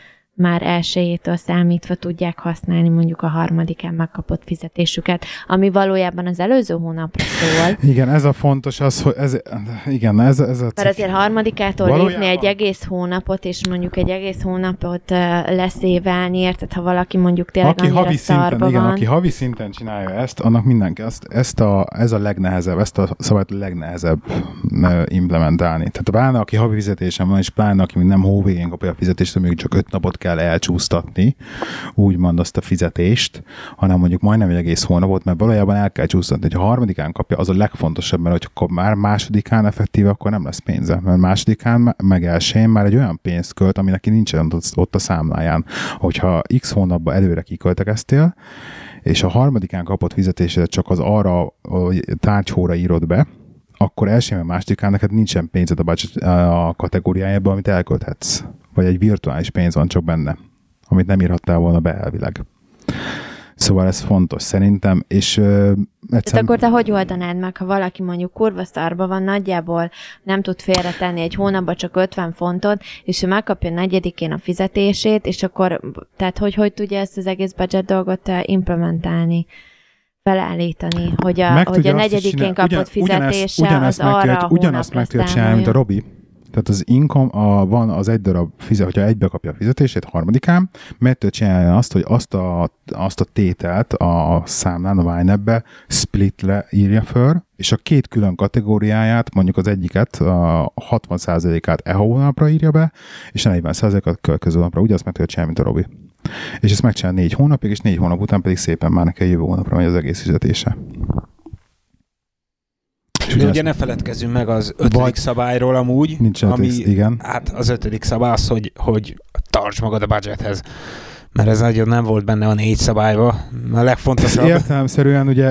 már 1-től számítva tudják használni mondjuk a 3-án megkapott fizetésüket, ami valójában az előző hónapra szól. Igen, ez a fontos az, hogy ez a Mert azért 3-ától lépni egy egész hónapot, és mondjuk egy egész hónapot leszévelni, érted, ha valaki mondjuk tényleg annyira szarba van. Aki havi szinten csinálja ezt, annak mindenki ez a legnehezebb, ezt a szabályt legnehezebb implementálni. Tehát pláne aki havi fizetésen van, és pláne aki nem hóvégén kapja a fizetést, mondjuk csak 5 napot kell elcsúsztatni, úgymond azt a fizetést, hanem mondjuk majdnem egy egész hónapot, mert valójában el kell csúsztatni, hogy a 3-án kapja, az a legfontosabb, mert hogyha már 2-án effektíve, akkor nem lesz pénze, mert 2-án meg 1-én már egy olyan pénzt költ, ami neki nincsen ott a számláján. Hogyha x hónapban előre kiköltekeztél, és a 3-án kapott fizetésre csak az arra a tárgyhóra írod be, akkor 1-én, 2-án neked nincsen pénzed a budget a kategóriájában, amit elkölthetsz. Vagy egy virtuális pénz van csak benne, amit nem írhattál volna be elvileg. Szóval ez fontos szerintem, és egyszerűen... akkor te hogy oldanád meg, ha valaki mondjuk kurva szarba van, nagyjából nem tud félretenni egy hónapban csak 50 fontot, és ő megkapja 4-én a fizetését, és akkor, tehát hogy tudja ezt az egész budget dolgot implementálni? Felállítani, hogy a 4-én kapott fizetése az arra a hónapra ugyanazt meg tudja csinálni, mint a Robi. Tehát az income, van az egy darab hogyha egybe kapja a fizetését 3-án, meg tudja csinálni azt, hogy azt a tételt a számlán, a YNAB-be splitre írja föl, és a 2 külön kategóriáját, mondjuk az egyiket, a 60%-át hónapra írja be, és a 40%-át következő napra. Ugyanazt meg tudja csinálni, mint a Robi. És ezt megcsinál 4 hónapig, és 4 hónap után pedig szépen már neki a jövő hónapra megy az egész fizetése. De ugye ne feledkezzünk meg az 5. szabályról amúgy, igen. Hát az 5. szabály az, hogy tartsd magad a budgethez. Mert ez nagyon nem volt benne a 4 szabályban. A legfontosabb. Értelemszerűen ugye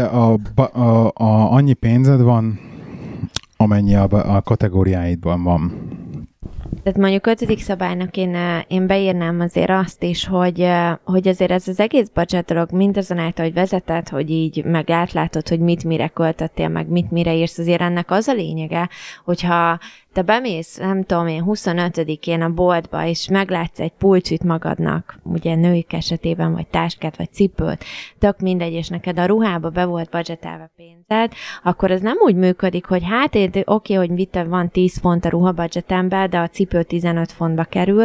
annyi pénzed van, amennyi a kategóriáidban van. Tehát mondjuk 5. szabálynak én beírnám azért azt is, hogy azért ez az egész budget dolog mindazonáltal, hogy vezeted, hogy így meg átlátod, hogy mit mire költöttél, meg mit mire írsz, azért ennek az a lényege, hogyha te bemész, nem tudom én, 25-én a boltba, és meglátsz egy pulcsit magadnak, ugye nőik esetében, vagy táskát, vagy cipőt, tök mindegy, és neked a ruhába be volt budgetálva pénzed, akkor ez nem úgy működik, hogy hát oké, hogy mit van 10 font a ruhabudgetemben, de a cipő 15 fontba kerül,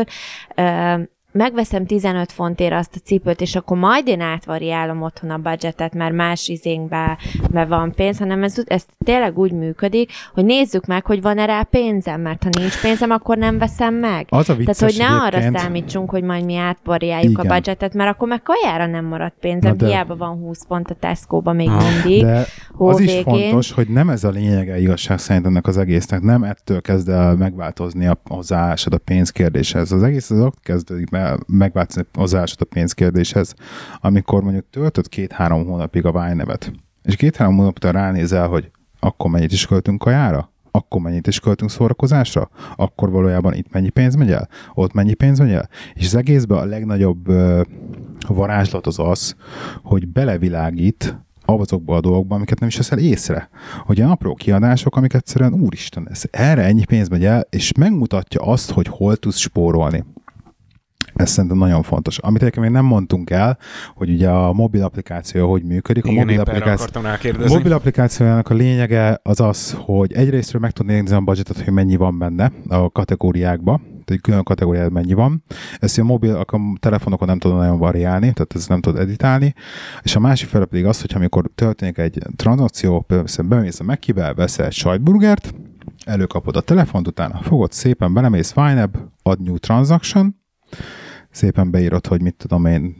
megveszem 15 fontért azt a cipőt, és akkor majd én átvariálom otthon a budgetet, mert más izénkbe van pénz, hanem ez tényleg úgy működik, hogy nézzük meg, hogy van-e rá pénzem, mert ha nincs pénzem, akkor nem veszem meg. Az a vicces, tehát, hogy ne arra számítsunk, hogy majd mi átvariáljuk a budgetet, mert akkor meg kajára nem marad pénzem, hiába van 20 font a Tesco-ba még mindig. De az is fontos, hogy nem ez a lényege igazság szerint ennek az egésznek, nem ettől kezd el megváltozni a hozzáállásod a pénzkérdéshez. Az egész az ott kezdődik megváltozni a hozzáállásod a pénzkérdéshez, amikor mondjuk töltöd 2-3 hónapig a YNAB-et, és 2-3 hónap után ránézel, hogy akkor mennyit is költünk kajára? Akkor mennyit is költünk szórakozásra? Akkor valójában itt mennyi pénz megy el? Ott mennyi pénz megy el? És az egészben a legnagyobb varázslat az, hogy belevilágít azokba a dolgokba, amiket nem is veszel észre. Hogy a apró kiadások, amik egyszerűen úristen, erre ennyi pénz megy el, és megmutatja azt, hogy hol tudsz spórolni. Ez szerintem nagyon fontos. Amit egyébként még nem mondtunk el, hogy ugye a mobil applikáció hogy működik. Igen, a mobil applikációjának a lényege az az, hogy egyrésztről meg tudni nézni a budgetet, hogy mennyi van benne a kategóriákba, tehát külön kategóriában mennyi van. Ezt a telefonokon nem tudod nagyon variálni, tehát ezt nem tudod editálni. És a másik fel pedig az, hogy amikor történik egy tranzakció, például bemész a Mac-kibe, veszel egy sajtburgert, előkapod a telefont, utána fogod szépen, belemész YNAB, add new transaction, szépen beírod, hogy mit tudom én,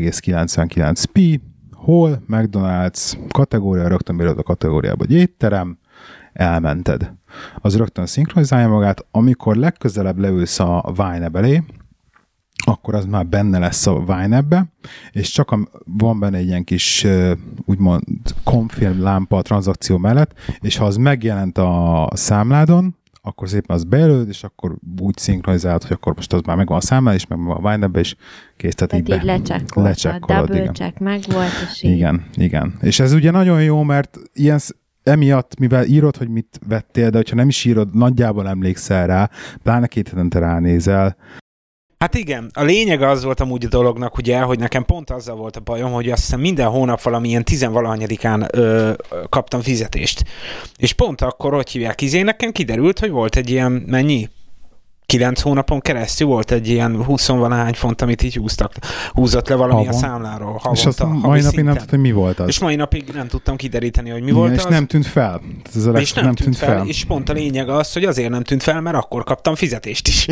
0,99p, hol, McDonald's, kategória, rögtön beírod a kategóriába, hogy étterem, elmented. Az rögtön szinkronizálja magát, amikor legközelebb leülsz a YNAB elé, akkor az már benne lesz a YNAB-be, és csak van benne egy ilyen kis, úgymond, confirm lámpa a tranzakció mellett, és ha az megjelent a számládon, akkor szépen az bejelöld, és akkor úgy szinkronizálod, hogy akkor most az már megvan a számlán, és meg a Wine-be, és kész, tehát így lecsekkolod, a double check meg volt, és így. Igen. És ez ugye nagyon jó, mert ilyen emiatt, mivel írod, hogy mit vettél, de hogyha nem is írod, nagyjából emlékszel rá, pláne 2 hetente ránézel. Hát igen, a lényeg az volt amúgy a dolognak, ugye, hogy nekem pont azzal volt a bajom, hogy azt hiszem minden hónap valamilyen 10-valahanyadikán kaptam fizetést. És pont akkor, hogy hívják nekem kiderült, hogy volt egy ilyen, mennyi? 9 hónapon keresztül volt egy ilyen 20-valahány font, amit így húzott le valamilyen számláról. Havonta, és azt mai napig nem tudtam, hogy mi volt az. És mai napig nem tudtam kideríteni, hogy mi volt és az. És nem tűnt fel. És nem tűnt fel. És pont a lényeg az, hogy azért nem tűnt fel, mert akkor kaptam fizetést is.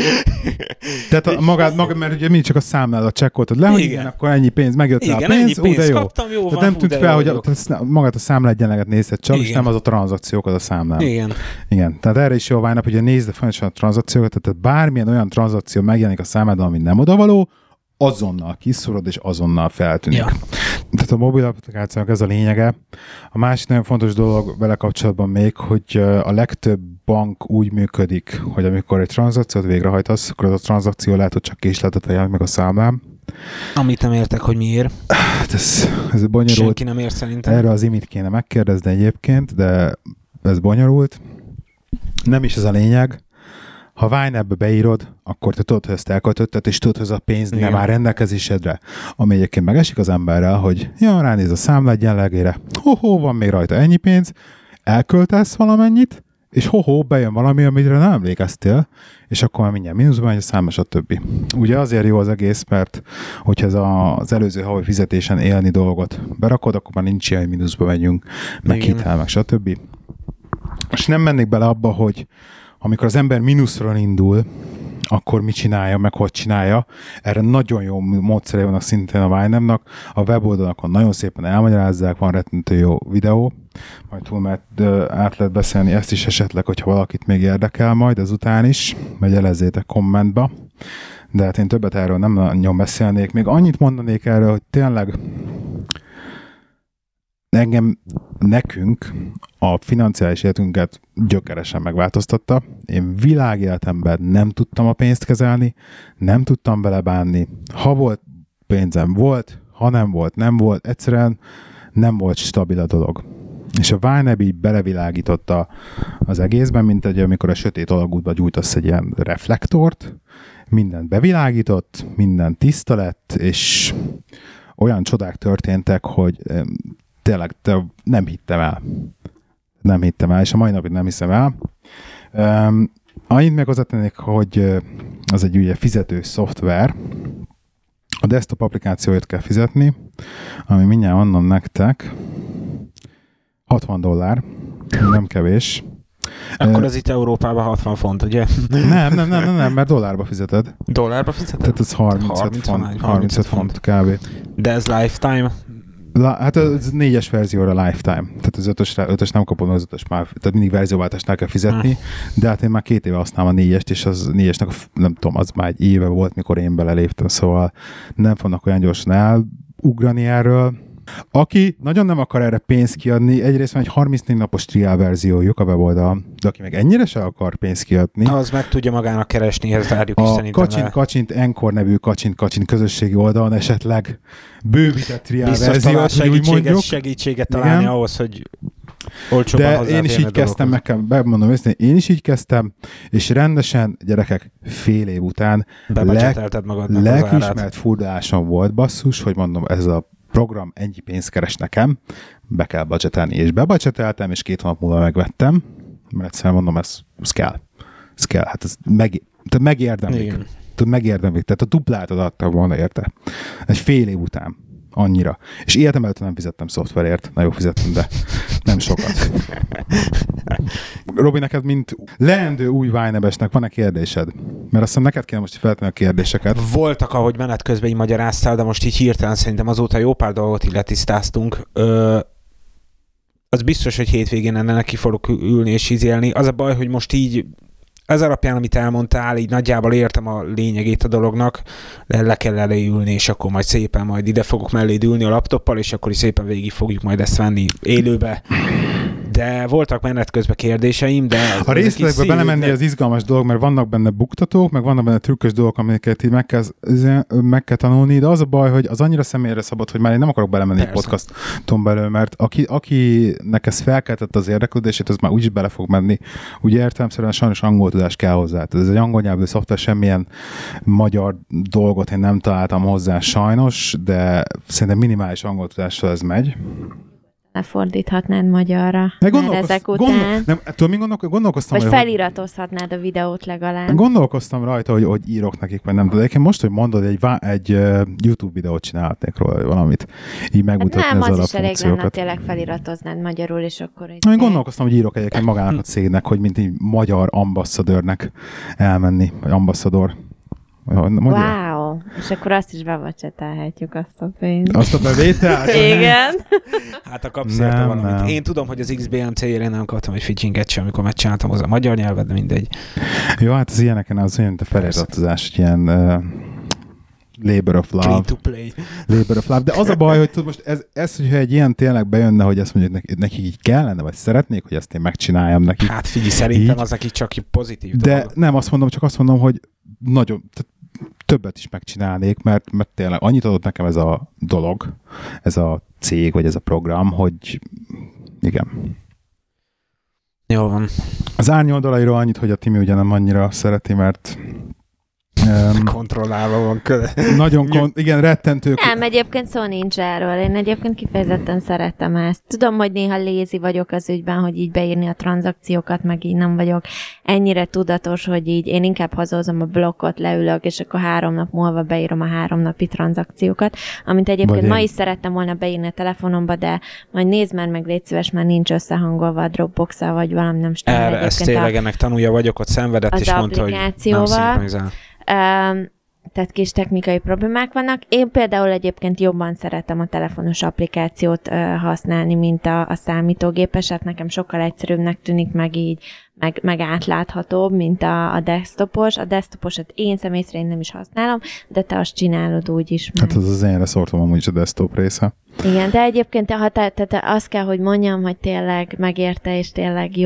Tehát magad, mert ugye mindig csak a számládat csekkoltad le, hogy igen, akkor ennyi pénz, megjött rá a pénz, ennyi pénzt de jó. Kaptam, jó tehát van, nem tűnt fel, hogy magát a számlaegyenleget nézted csak, és nem az a tranzakciókat a számlán. Igen. Tehát erre is jó Wine-up, hogy nézd folyamatosan a tranzakciókat, tehát bármilyen olyan tranzakció megjelenik a számládon, ami nem odavaló, azonnal kiszorod, és azonnal feltűnik. Ja. Tehát a mobil applikációnak ez a lényege. A másik nagyon fontos dolog vele kapcsolatban még, hogy a legtöbb bank úgy működik, hogy amikor egy tranzakciót végrehajtasz, akkor az a tranzakció lehet, hogy csak késletet jelenik meg a számlán. Amit nem értek, hogy miért. Hát ez bonyolult. Senki nem ért szerintem. Erre az Imit kéne megkérdezni egyébként, de ez bonyolult. Nem is ez a lényeg. Ha Wine-be beírod, akkor te tudod, hogy ezt elköltötted, és tudod, hogy az a pénz nem áll rendelkezésedre. Ami egyébként megesik az emberrel, hogy ránéz a számla egyenlegére, van még rajta ennyi pénz, elköltesz valamennyit, és bejön valami, amire nem emlékeztél, és akkor már mindjárt mínuszban megy a számla, stb. Ugye azért jó az egész, mert hogyha ez az előző havi fizetésen élni dolgot berakod, akkor már nincs ilyen, hogy mínuszba megyünk, meg hitel, meg stb. És nem mennék bele abba, hogy amikor az ember mínuszról indul, akkor mit csinálja, meg hogy csinálja. Erre nagyon jó módszerei vannak szintén a Wine-nak. A weboldalakon nagyon szépen elmagyarázzák, van rettentő jó videó, majd túl, mert át lehet beszélni ezt is esetleg, hogyha valakit még érdekel majd ezután is, vagy jelezzétek kommentbe. De hát én többet erről nem nagyon beszélnék. Még annyit mondanék erről, hogy tényleg nekünk a financiális életünket gyökeresen megváltoztatta. Én világéletemben nem tudtam a pénzt kezelni, nem tudtam vele bánni. Ha volt pénzem, volt, ha nem volt, nem volt. Egyszerűen nem volt stabil a dolog. És a Wine így belevilágította az egészben, mint egy, amikor a sötét alagútba gyújtasz egy ilyen reflektort, mindent bevilágított, minden tiszta lett, és olyan csodák történtek, hogy tényleg nem hittem el. Nem hittem el, és a mai napig nem hiszem el. Annyit meg hozzátennék, hogy az egy ugye fizető szoftver. A desktop applikációért kell fizetni, ami mindjárt mondom nektek, $60. Nem kevés. Akkor az itt Európában 60 font, ugye? Nem, mert dollárba fizeted. Dollárba fizeted? Tehát ez 35 font kb. De ez lifetime? Hát az 4-es verzióra lifetime. Tehát az 5-ös nem kapom, az 5-ös már, tehát mindig verzióváltásnál kell fizetni, de hát én már 2 éve használom a 4-est, és az 4-esnek, nem tudom, az már egy éve volt, mikor én beleléptem, szóval nem fognak olyan gyorsan elugrani erről. Aki nagyon nem akar erre pénzt kiadni, egyrészt van egy 34 napos trial verziójuk a weboldal, de aki meg ennyire se akar pénzt kiadni. Az meg tudja magának keresni, ezt várjuk is szerintem. Kacsint Encore nevű Kacsint közösségi oldalon esetleg bővített trial verziót, hogy úgy mondjuk. Segítséget találni igen. Ahhoz, hogy olcsóban hozzáférni. De én is így kezdtem, meg kell bemondom őszintén, én is így kezdtem, és rendesen, gyerekek, fél év után lelkiismert furdalásom volt, basszus, hogy mondom, ez a program ennyi pénzt keres nekem, be kell budgetelni, és bebudgeteltem, és 2 hónap múlva megvettem, mert egyszerűen mondom, ez kell. Hát ez megérdemlik. Tehát a duplát adtam volna érte. Egy fél év után. Annyira. És életem előtt nem fizettem szoftverért. Nagyon fizettem, de nem sokat. Robi, neked mint leendő új Wine-esnek van-e kérdésed? Mert azt hiszem neked kéne most feltenni a kérdéseket. Voltak, ahogy menet közben így magyaráztál, de most így hirtelen szerintem azóta jó pár dolgot így letisztáztunk. Az biztos, hogy hétvégén ennek neki fogok ülni és ízélni. Az a baj, hogy most így ez alapján, amit elmondtál, így nagyjából értem a lényegét a dolognak, de le kell eléülni, és akkor majd szépen ide fogok mellé ülni a laptoppal, és akkor is szépen végig fogjuk majd ezt venni élőbe. De voltak menet közben kérdéseim, de... A részletekbe belemenni az izgalmas dolog, mert vannak benne buktatók, meg vannak benne trükkös dolgok, amiket így meg kell tanulni, de az a baj, hogy az annyira személyre szabad, hogy már én nem akarok belemenni egy podcaston belül, mert akinek ez felkeltett az érdeklődését, az már úgyis bele fog menni. Ugye értelemszerűen sajnos angol tudás kell hozzá. Tehát ez egy angol nyelvű szoftver, semmilyen magyar dolgot én nem találtam hozzá sajnos, de szerintem minimális angol tudással ez megy. Lefordíthatnád magyarra, mert ezek után. Gondolkoztam, vagy feliratozhatnád a videót legalább. Gondolkoztam rajta, hogy írok nekik, vagy nem. De egyébként most, hogy mondod, egy YouTube videót csinálhatnék róla, vagy valamit. Így megmutatni hát az alapfunkciókat. Nem, az is elég lenne, tényleg feliratoznád magyarul, és akkor... Én gondolkoztam, hogy írok egyébként magának a cégnek, hogy mint egy magyar ambasszadőrnek elmenni, vagy ambasszador. Wow! És akkor azt is bevacsetelhetjük, azt a pénzt. Azt a bevételt? Igen. Hát a kapsz érte valamit. Nem. Én tudom, hogy az XBMC-jére nem kaptam egy fitchinget sem, amikor megcsináltam hozzá a magyar nyelvet, de mindegy. Jó, hát az ilyeneken az olyan, mint a feliratozás, ilyen labor of love. Free to play. Labor of love. De az a baj, hogy tudod, most ez, hogyha egy ilyen tényleg bejönne, hogy ezt mondjuk nekik így kellene, vagy szeretnék, hogy ezt én megcsináljam nekik. Hát figyelj, szerintem az, aki csak pozitív de dolog. Nem, azt mondom, hogy nagyon, többet is megcsinálnék, mert tényleg annyit adott nekem ez a dolog, ez a cég, vagy ez a program, hogy igen. Jó van. Az árnyoldalairól annyit, hogy a Timi ugye nem annyira szereti, mert kontrollálva van köle. Nagyon, igen, rettentő. Nem, egyébként szó nincs erről. Én egyébként kifejezetten szeretem ezt. Tudom, hogy néha lézi vagyok az ügyben, hogy így beírni a tranzakciókat, meg így nem vagyok ennyire tudatos, hogy így én inkább hazahozom a blokkot, leülök, és akkor 3 nap múlva beírom a 3 napi tranzakciókat, amit egyébként ma is szerettem volna beírni a telefonomba, de majd nézd már meg, légy szíves, már nincs összehangolva a Dropbox-al, vagy valami nem stimmel. Ezt tényleg ennek tanulja vagyok, ott szenvedett, és mondta, hogy nem szinkronizál. Tehát kis technikai problémák vannak. Én például egyébként jobban szeretem a telefonos applikációt használni, mint a számítógépeset. Nekem sokkal egyszerűbbnek tűnik, meg így, meg átláthatóbb, mint a desktopos. A desktoposat én személy szerint nem is használom, de te azt csinálod úgy is. Hát az én reszortom amúgy is a desktop része. Igen, de egyébként tehát azt kell, hogy mondjam, hogy tényleg megérte, és tényleg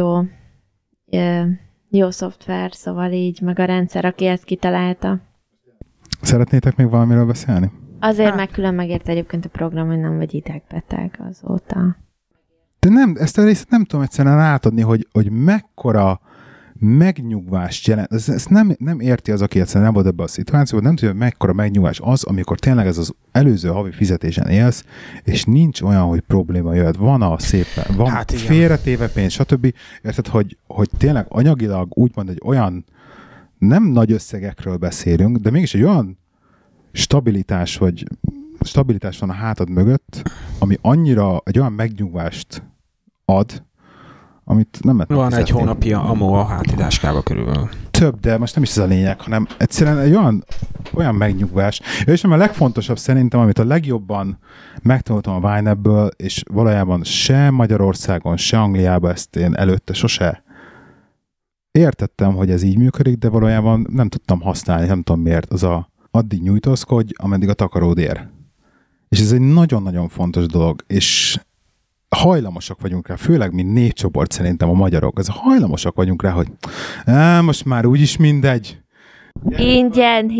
jó szoftver, szóval így, meg a rendszer, aki ezt kitalálta. Szeretnétek még valamiről beszélni? Azért meg külön megérte egyébként a program, hogy nem vagy idegbeteg azóta. De nem, ezt a részt nem tudom egyszerűen átadni, hogy mekkora megnyugvást jelent. Ezt nem érti az, aki egyszerűen nem volt ebben a szituációban, nem tudja, hogy mekkora megnyugvás az, amikor tényleg ez az előző havi fizetésen élsz, és nincs olyan, hogy probléma jöhet. Van a szépen, van hát félretéve pénz, stb. Érted, hogy tényleg anyagilag úgymond egy olyan, nem nagy összegekről beszélünk, de mégis egy olyan stabilitás van a hátad mögött, ami annyira egy olyan megnyugvást ad, amit nem lehet. Van egy hónapja amó a hátidáskába körülbelül. Több, de most nem is ez a lényeg, hanem egyszerűen egy olyan megnyugvás. És a legfontosabb szerintem, amit a legjobban megtanultam a YNAB-ből, és valójában se Magyarországon, se Angliában ezt én előtte sose értettem, hogy ez így működik, de valójában nem tudtam használni, nem tudom miért. Az addig nyújtózkodj, ameddig a takaród ér. És ez egy nagyon-nagyon fontos dolog, és hajlamosak vagyunk rá, főleg mi népcsoport szerintem a magyarok, hajlamosak vagyunk rá, hogy most már úgyis mindegy. Ingyen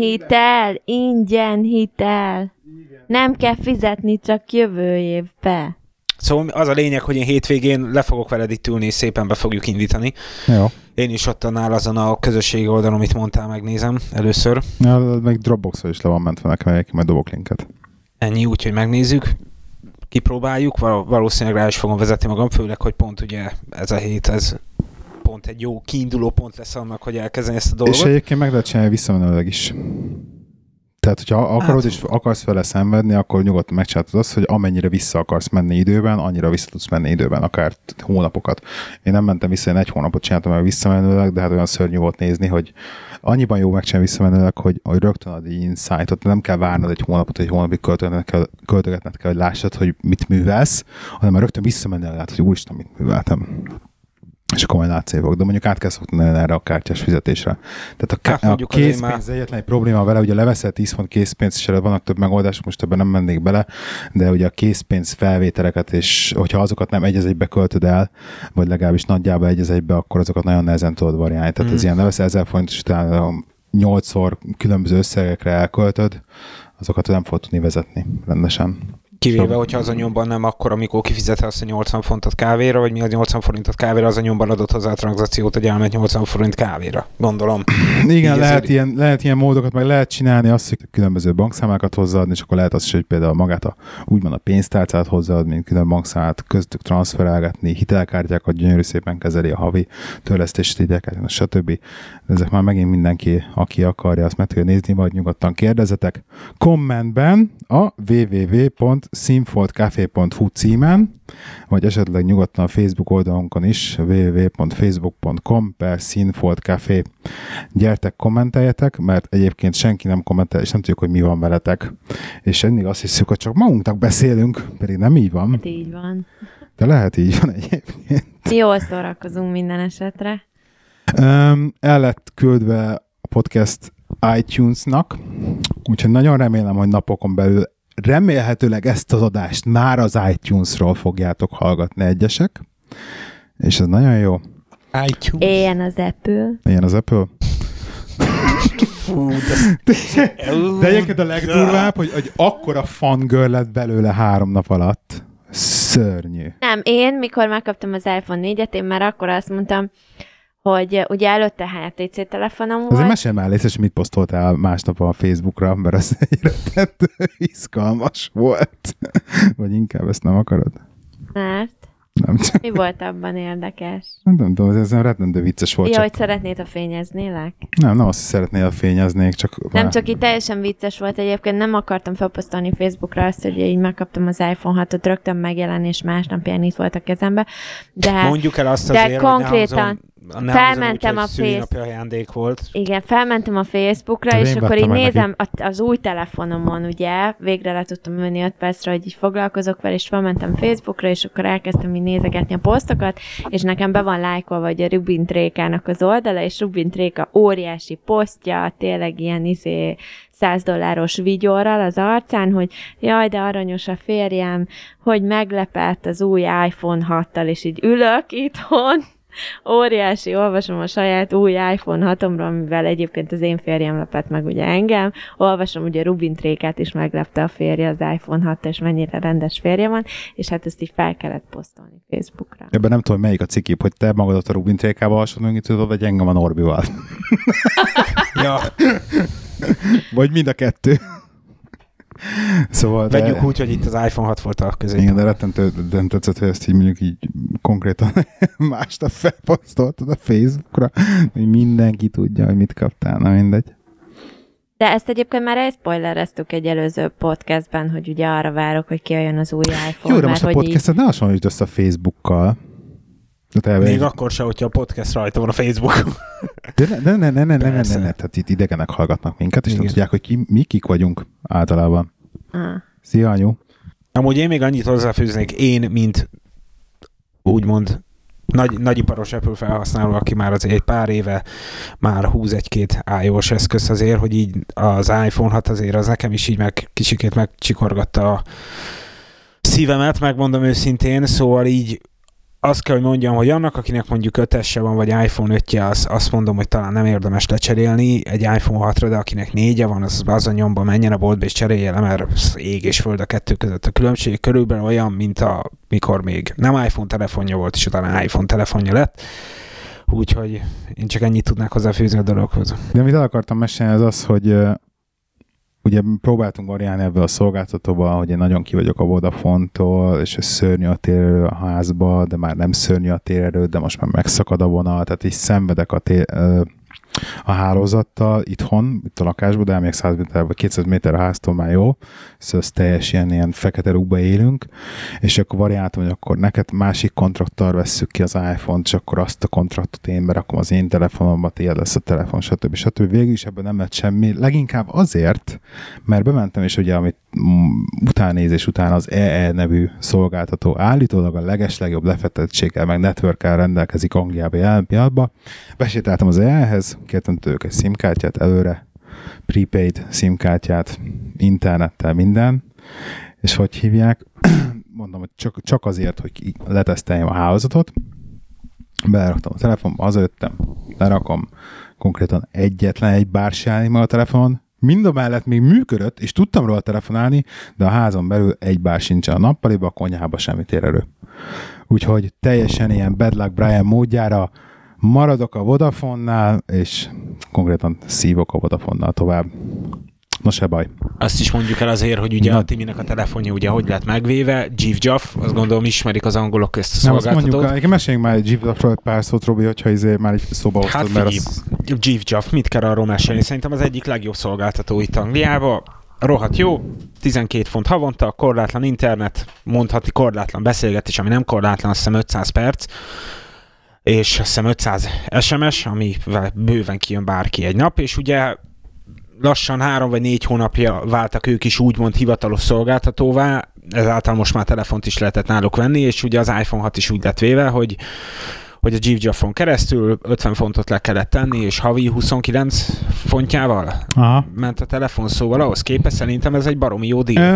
hitel. Nem kell fizetni, csak jövő évbe. Szóval az a lényeg, hogy én hétvégén le fogok veled itt ülni, és szépen be fogjuk indítani. Jó. Én is ott annál azon a közösségi oldalon, amit mondtál, megnézem előszor. Ja, meg Dropbox-ra is le van mentve nekem, majd dobok linket. Ennyi, úgyhogy megnézzük, kipróbáljuk, valószínűleg rá is fogom vezetni magam, főleg, hogy pont ugye ez a hét, ez pont egy jó kiinduló pont lesz annak, hogy elkezdeni ezt a dolgot. És egyébként meg lehet csinálni visszamenőleg is. Tehát, hogyha akarod és akarsz vele szenvedni, akkor nyugodtan megcsinálod azt, hogy amennyire vissza akarsz menni időben, annyira vissza tudsz menni időben, akár hónapokat. Én nem mentem vissza, én 1 hónapot csináltam el visszamenőleg, de hát olyan szörnyű volt nézni, hogy annyiban jó megcsinálni visszamenőleg, hogy rögtön ad egy insightot, nem kell várnod 1 hónapot, 1 hónapig költögetned kell, hogy lássad, hogy mit művelsz, hanem már rögtön visszamenőleg látod, hogy úristen, mit műveltem. és akkor majd átszívok. De mondjuk át kell szokni erre a kártyás fizetésre. Tehát a készpénz egyetlen egy probléma vele, ugye leveszel 10 font készpénzt, és erre vannak több megoldások, most ebben nem mennék bele, de ugye a készpénz felvételeket, és hogyha azokat nem egy az egybe költöd el, vagy legalábbis nagyjából egy az egybe, akkor azokat nagyon nehezen tudod variálni. Tehát ez ilyen leveszel 1000 forintos, és utána 8-szor különböző összegekre elköltöd, azokat nem fogod tudni vezetni rendesen. Kivéve, hogyha az a nyomban nem akkor, amikor kifizetsz azt a 80 fontot kávéra, vagy mi az 80 forintot kávéra, az a nyomban adott hozzá a tranzakciót, hogy elmegy 80 forint kávéra. Gondolom. Igen, lehet ilyen módokat, meg lehet csinálni azt, hogy különböző bankszámlákat hozzáadni, és akkor lehet azt is, hogy például magát úgymond a pénztárcát hozzáadni, mint külön bankszámlát köztük transferálgatni, hitelkártyákat gyönyörű szépen kezeli a havi törlesztési hitelkártyát, stb. Ezek már megint mindenki, aki akarja, azt meg tudja nézni, vagy nyugodtan kérdezetek. Kommentben a www.színfoltcafé.hu címen, vagy esetleg nyugodtan a Facebook oldalunkon is, www.facebook.com/színfoltcafé. Gyertek, kommenteljetek, mert egyébként senki nem kommentel, és nem tudjuk, hogy mi van veletek. És ennél azt hiszük, hogy csak magunknak beszélünk, pedig nem így van. Hát így van. De lehet így van egyébként. Jól szórakozunk minden esetre. El lett küldve a podcast iTunes-nak, úgyhogy nagyon remélem, hogy napokon belül remélhetőleg ezt az adást már az iTunes-ról fogjátok hallgatni egyesek, és ez nagyon jó. iTunes. Éljen az Apple. Éljen az Apple. De egyébként a legdurvább, hogy akkora fangirl lett belőle 3 nap alatt. Szörnyű. Nem, én mikor megkaptam az iPhone 4-et, én már akkor azt mondtam, hogy ugye előtte HTC telefonom volt. Azért mesélj már, Lész, mit posztoltál másnap a Facebookra, mert az egyre izgalmas volt. Vagy inkább ezt nem akarod? Mert? Nem. Mi volt abban érdekes? Nem tudom, ez rettentő vicces volt. Ja, hogy szeretnéd, ha fényeznélek? Nem azt szeretnél, ha fényeznék, csak... Nem, csak itt teljesen vicces volt egyébként, nem akartam felposztolni Facebookra azt, hogy így megkaptam az iPhone 6-ot, rögtön megjelenés, másnapján itt volt a kezembe. De, mondjuk el azt azért, konkrétan felmentem a ajándék volt. Igen, felmentem a Facebookra, és akkor így nézem az új telefonomon, ugye, végre le tudtam ülni 5 percre, hogy így foglalkozok vele, és felmentem Facebookra, és akkor elkezdtem így nézegetni a posztokat, és nekem be van lájkolva, hogy a Rubin Trékának az oldala, és Rubin Tréka óriási posztja, tényleg ilyen $100 vigyorral az arcán, hogy jaj, de aranyos a férjem, hogy meglepett az új iPhone 6-tal, és így ülök itthon, óriási, olvasom a saját új iPhone 6-omról, amivel egyébként az én férjem lepett meg ugye engem, olvasom, ugye Rubin Trékát is meglepte a férje az iPhone 6-tal, és mennyire rendes férje van, és hát ezt így fel kellett posztolni Facebookra. Ebben nem tudom, melyik a cikibb, hogy te magadat a Rubin Trékával hasonlítod, vagy engem a Norbival. Ja. Vagy mind a kettő. Szóval vegyük úgy, hogy itt az iPhone 6 volt a közé. Igen, de rettentő tetszett, hogy ezt így mondjuk így konkrétan másnap felposztoltad a Facebookra, hogy mindenki tudja, hogy mit kaptál, na mindegy. De ezt egyébként már elspoilereztük egy előző podcastben, hogy ugye arra várok, hogy kijöjjön az új iPhone. Jó, de most a podcastet ne hasonlítsd össze a Facebookkal. Még akkor se, hogyha a podcast rajta van a Facebookon. De ne, tehát itt idegenek hallgatnak minket, és nem tudják, hogy kik vagyunk általában. Szia, anyu! Amúgy én még annyit hozzáfűznék, én, mint úgymond nagyiparos Apple felhasználó, aki már azért egy pár éve már húz egy-két iOS eszköz azért, hogy így az iPhone 6 azért az nekem is így kicsikét megcsikorgatta a szívemet, megmondom őszintén, szóval így azt kell, hogy mondjam, hogy annak, akinek mondjuk 5-esse van, vagy iPhone 5-je, azt mondom, hogy talán nem érdemes lecserélni egy iPhone 6-ra, de akinek 4-je van, az a nyomba menjen a boltba és cserélje le, mert ég és föld a kettő között. A különbség körülbelül olyan, mint mikor még nem iPhone telefonja volt, és utána iPhone telefonja lett. Úgyhogy én csak ennyit tudnák hozzáfűzni a dologhoz. De amit el akartam mesélni, az az, hogy ugye próbáltunk variálni ebből a szolgáltatóba, hogy én nagyon ki vagyok a Vodafone-tól, és ez szörnyű a térerő a házba, de már nem szörnyű a térerő, de most már megszakad a vonal, tehát így szenvedek a hálózattal itthon, itt a lakásban, de még 100 méter vagy 200 méter a háztól már jó, szóval ez teljes ilyen fekete rúgba élünk, és akkor variáltam, hogy akkor neked másik kontrakttal vesszük ki az iPhone-t, és akkor azt a kontraktot én berakom az én telefonomba, tiéd lesz a telefon, stb. Végül is ebben nem lett semmi, leginkább azért, mert bementem, és ugye amit utánézés után az EE nevű szolgáltató állítólag a legeslegjobb lefedettséggel meg networkkel rendelkezik Angliába jelen pillanatban. Besétáltam az EE-hez, kértem tőlük egy SIM-kártyát előre, prepaid SIM-kártyát, internettel minden, és hogy hívják, mondom, hogy csak azért, hogy leteszteljem a hálózatot, beleraktam a telefonba, hazajöttem, lerakom, konkrétan egyetlen egy bár se állni meg a telefonon, mind a mellett még működött, és tudtam róla telefonálni, de a házon belül egy bár sincsen a nappaliba, a konyhába semmit ér elő. Úgyhogy teljesen ilyen bad luck Brian módjára maradok a Vodafone-nál, és konkrétan szívok a Vodafone-nál tovább. Na se baj. Azt is mondjuk el azért, hogy ugye a Timinek a telefonja ugye hogy lett megvéve, GIF-JAF, azt gondolom ismerik az angolok ezt a szolgáltatót. Nem, azt mondjuk, meséljünk már egy GIF-JAF-ról egy pár szót, Robi, hogyha már egy szóba hoztad. Hát figyelj, GIF-JAF, mit kell arról mesélni? Szerintem az egyik legjobb szolgáltató itt Angliában. Rohadt jó, 12 font havonta, korlátlan internet, mondhatni korlátlan beszélgetés, ami nem korlátlan, azt hiszem 500 perc, és azt hiszem 500 SMS, amivel bőven kijön bárki egy nap, és ugye lassan 3 vagy 4 hónapja váltak ők is úgymond hivatalos szolgáltatóvá, ezáltal most már telefont is lehetett náluk venni, és ugye az iPhone 6 is úgy lett véve, hogy a GIF-JAF-on keresztül 50 fontot le kellett tenni, és havi 29 fontjával ment a telefon, szóval ahhoz képest szerintem ez egy baromi jó díj.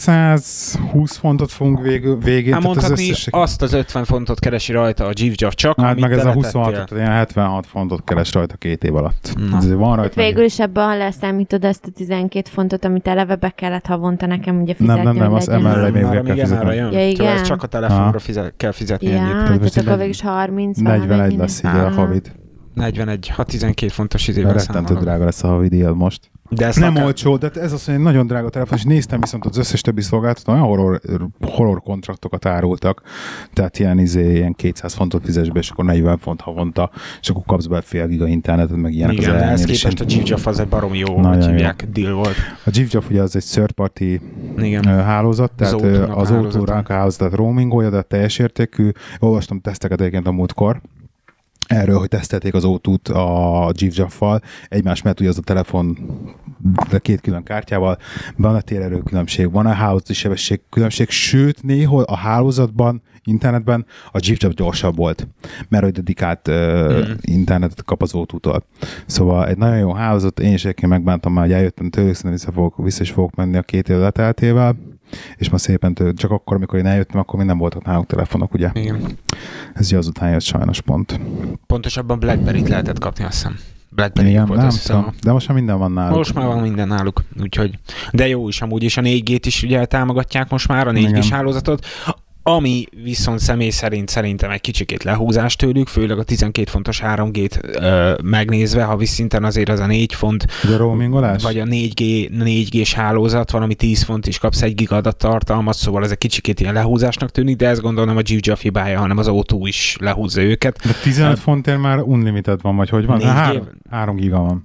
720 fontot fogunk végén. Hát mondhatni, azt az 50 fontot keresi rajta a GIF-JAF csak, hát meg ez a 26, ilyen 76 fontot keres rajta 2 év alatt. Van rajta. Végül is ebben leszámítod ezt a 12 fontot, amit eleve be kellett havonta nekem ugye fizetni. Nem, azt emellé még kell fizetni. Ja, igen. Csak a telefonra kell fizetni ennyit. Tehát akkor végül is 30. 41 lesz így a havid. 41, ha 12 fontos izével számolom. Rettentő drága lesz a havidíjad most. De ez nem olcsó, de ez az, hogy egy nagyon drága telefon, és néztem viszont az összes többi szolgáltató, olyan horror kontraktokat árultak, tehát ilyen 200 fontot fizes be, és akkor 40 font havonta, és akkor kapsz be fél giga internetet, meg ilyenek. Igen, de ez képest a GIF-JAF az egy baromi jó, hogy hívják, deal volt. A GIF-JAF ugye az egy third party hálózat, tehát az O2-nak a hálózat, tehát roamingolja, de teljes értékű. Olvastam teszteket egyébként a múltkor, erről, hogy tesztelték az O2-t a GIF-JAF-val, egymás mellett ugye az a telefon de 2 külön kártyával, van a térerő különbség, van a hálózati sebesség különbség, sőt néhol a hálózatban, internetben a GIF-JAF gyorsabb volt, mert hogy dedikált internetet kap az O2-tól. Szóval egy nagyon jó hálózat, én is egyébként megbántam már, hogy eljöttem tőlük, szerintem vissza is fogok menni a 2 év leteltével, és ma szépen csak akkor, amikor én eljöttem, akkor még nem voltak náluk telefonok, ugye? Igen. Ez ugye azután jött sajnos pont. Pontosabban BlackBerry-t lehetett kapni, azt hiszem. BlackBerry volt, azt hiszem. De most már minden van náluk. Most már van minden náluk, úgyhogy. De jó is amúgy, és a 4G-t is ugye támogatják most már, a 4G-s hálózatot. Ami viszont személy szerint szerintem egy kicsikét lehúzás tőlük, főleg a 12 fontos 3G-t megnézve, ha visszinten azért az a 4 font, a roamingolás? Vagy a 4G-s hálózat, valami 10 font is kapsz 1 giga adattartalmat, szóval ez egy kicsikét ilyen lehúzásnak tűnik, de ezt gondolom a GIF-JAF hibája, hanem az O2 is lehúzza őket. De 15 fontért már unlimited van, vagy hogy van? 3 giga van.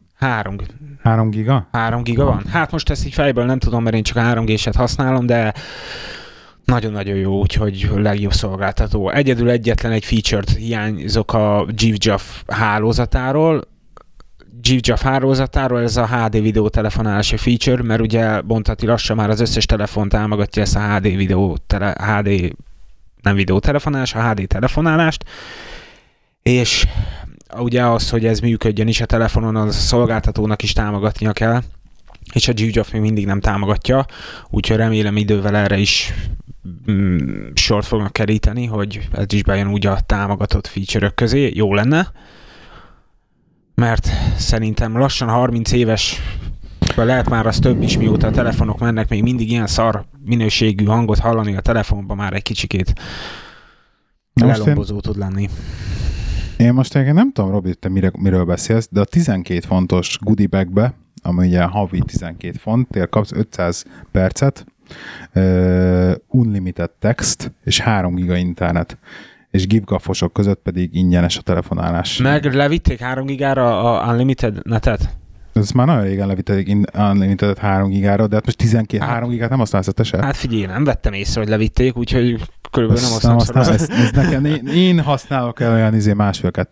3 giga? 3 giga van? Hát most ezt így fejből nem tudom, mert én csak 3G-set használom, de nagyon-nagyon jó, úgyhogy legjobb szolgáltató. Egyedül egyetlen egy feature-t hiányzok a GIF-JAF hálózatáról. GIF-JAF hálózatáról ez a HD videótelefonálási feature, mert ugye mondhatni lassan már az összes telefon támogatja ezt a nem videótelefonálás, a HD telefonálást, és ugye az, hogy ez működjön is a telefonon, az a szolgáltatónak is támogatnia kell, és a GIF-JAF még mindig nem támogatja, úgyhogy remélem idővel erre is sort fognak keríteni, hogy ez is bejön úgy a támogatott feature-ök közé. Jó lenne, mert szerintem lassan 30 éves, lehet már az több is, mióta a telefonok mennek, még mindig ilyen szar minőségű hangot hallani a telefonban már egy kicsikét lelombozó tud lenni. Én most nem tudom, Robi, te miről beszélsz, de a 12 fontos goodie bagbe, ami ugye havi 12 fontért kapsz 500 percet, unlimited text és 3 giga internet, és gigafosok között pedig ingyenes a telefonálás. Meg levitték 3 gigára a unlimited netet? Ez már nagyon régen levitték unlimited 3 gigára, de hát most 12 3 gigát nem használsz te se? Hát figyelj, nem vettem észre, hogy levitték, úgyhogy körülbelül nem használom. Nekem, én használok el olyan 1,5-2.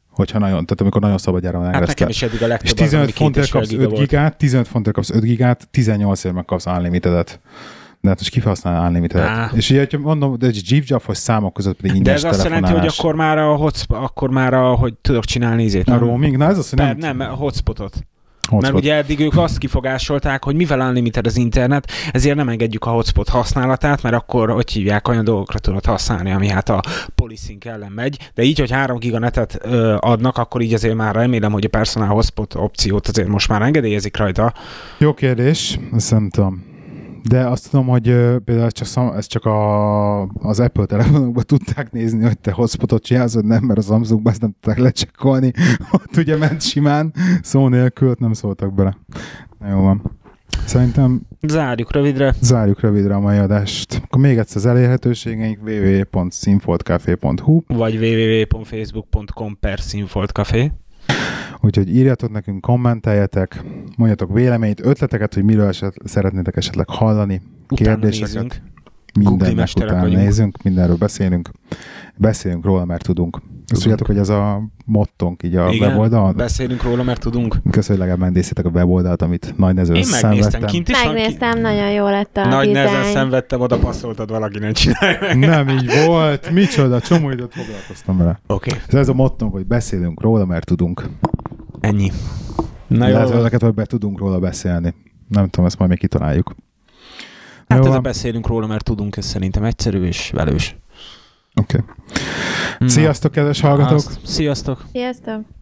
hogyha nagyon, tehát amikor nagyon szabadjára van Hát nekem is eddig a legtöbb és 15 fontért kapsz 5 gigát, 15 fontért kapsz 5 gigát, 18 év megkapsz Unlimited-et. De hát most kifelhasználni Unlimited-et. És ugye, mondom, de zsív-zsavos számok között pedig ingyenes telefonálás. De ez azt jelenti, hogy akkor már hogy tudok csinálni ízét. A roaming? Na ez azt, hogy nem hotspotot. Mert ugye eddig ők azt kifogásolták, hogy mivel Unlimited az internet, ezért nem engedjük a hotspot használatát, mert akkor, hogy hívják, olyan dolgokra tudod használni, ami hát a policing ellen megy. De így, hogy 3 giganetet adnak, akkor így azért már remélem, hogy a personal hotspot opciót azért most már engedélyezik rajta. Jó kérdés, azt nem tudom. De azt tudom, hogy például ezt csak az Apple telefonokban tudták nézni, hogy te hotspotot csinálsz, vagy nem, mert a Samsungban ezt nem tudták lecsekkolni. Ott ugye ment simán, szó nélkül, nem szóltak bele. Jó van. Szerintem Zárjuk rövidre a mai adást. Akkor még egyszer az elérhetőségeink www.színfoltcafé.hu vagy www.facebook.com/színfoltcafé. Úgyhogy írjatok nekünk, kommenteljetek, mondjatok véleményt, ötleteket, hogy miről szeretnétek esetleg hallani, kérdéseket. Mindennek utána nézünk, mindenről beszélünk róla, mert tudunk. Azt tudjátok, hogy ez a mottónk így a weboldalon? Beszélünk róla, mert tudunk. Köszönöm, hogy legalább megnéztétek a weboldalt, amit nagy nehezen szenvedtem. Megnéztem, nagyon jó lett a nagy nehezen szenvedtem, oda passzoltad, valaki nem csinálja meg. Nem így volt, micsoda, csomó időt foglalkoztam vele. Oké. Ez a mottónk, hogy beszélünk róla, mert tudunk. Ennyi. Lehet, hogy be tudunk róla beszélni. Nem tudom, ezt majd még kitaláljuk. Hát ez a beszélünk róla, mert tudunk, ez szerintem egyszerű és velős. Oké. Sziasztok, kedves hallgatók! Sziasztok! Sziasztok!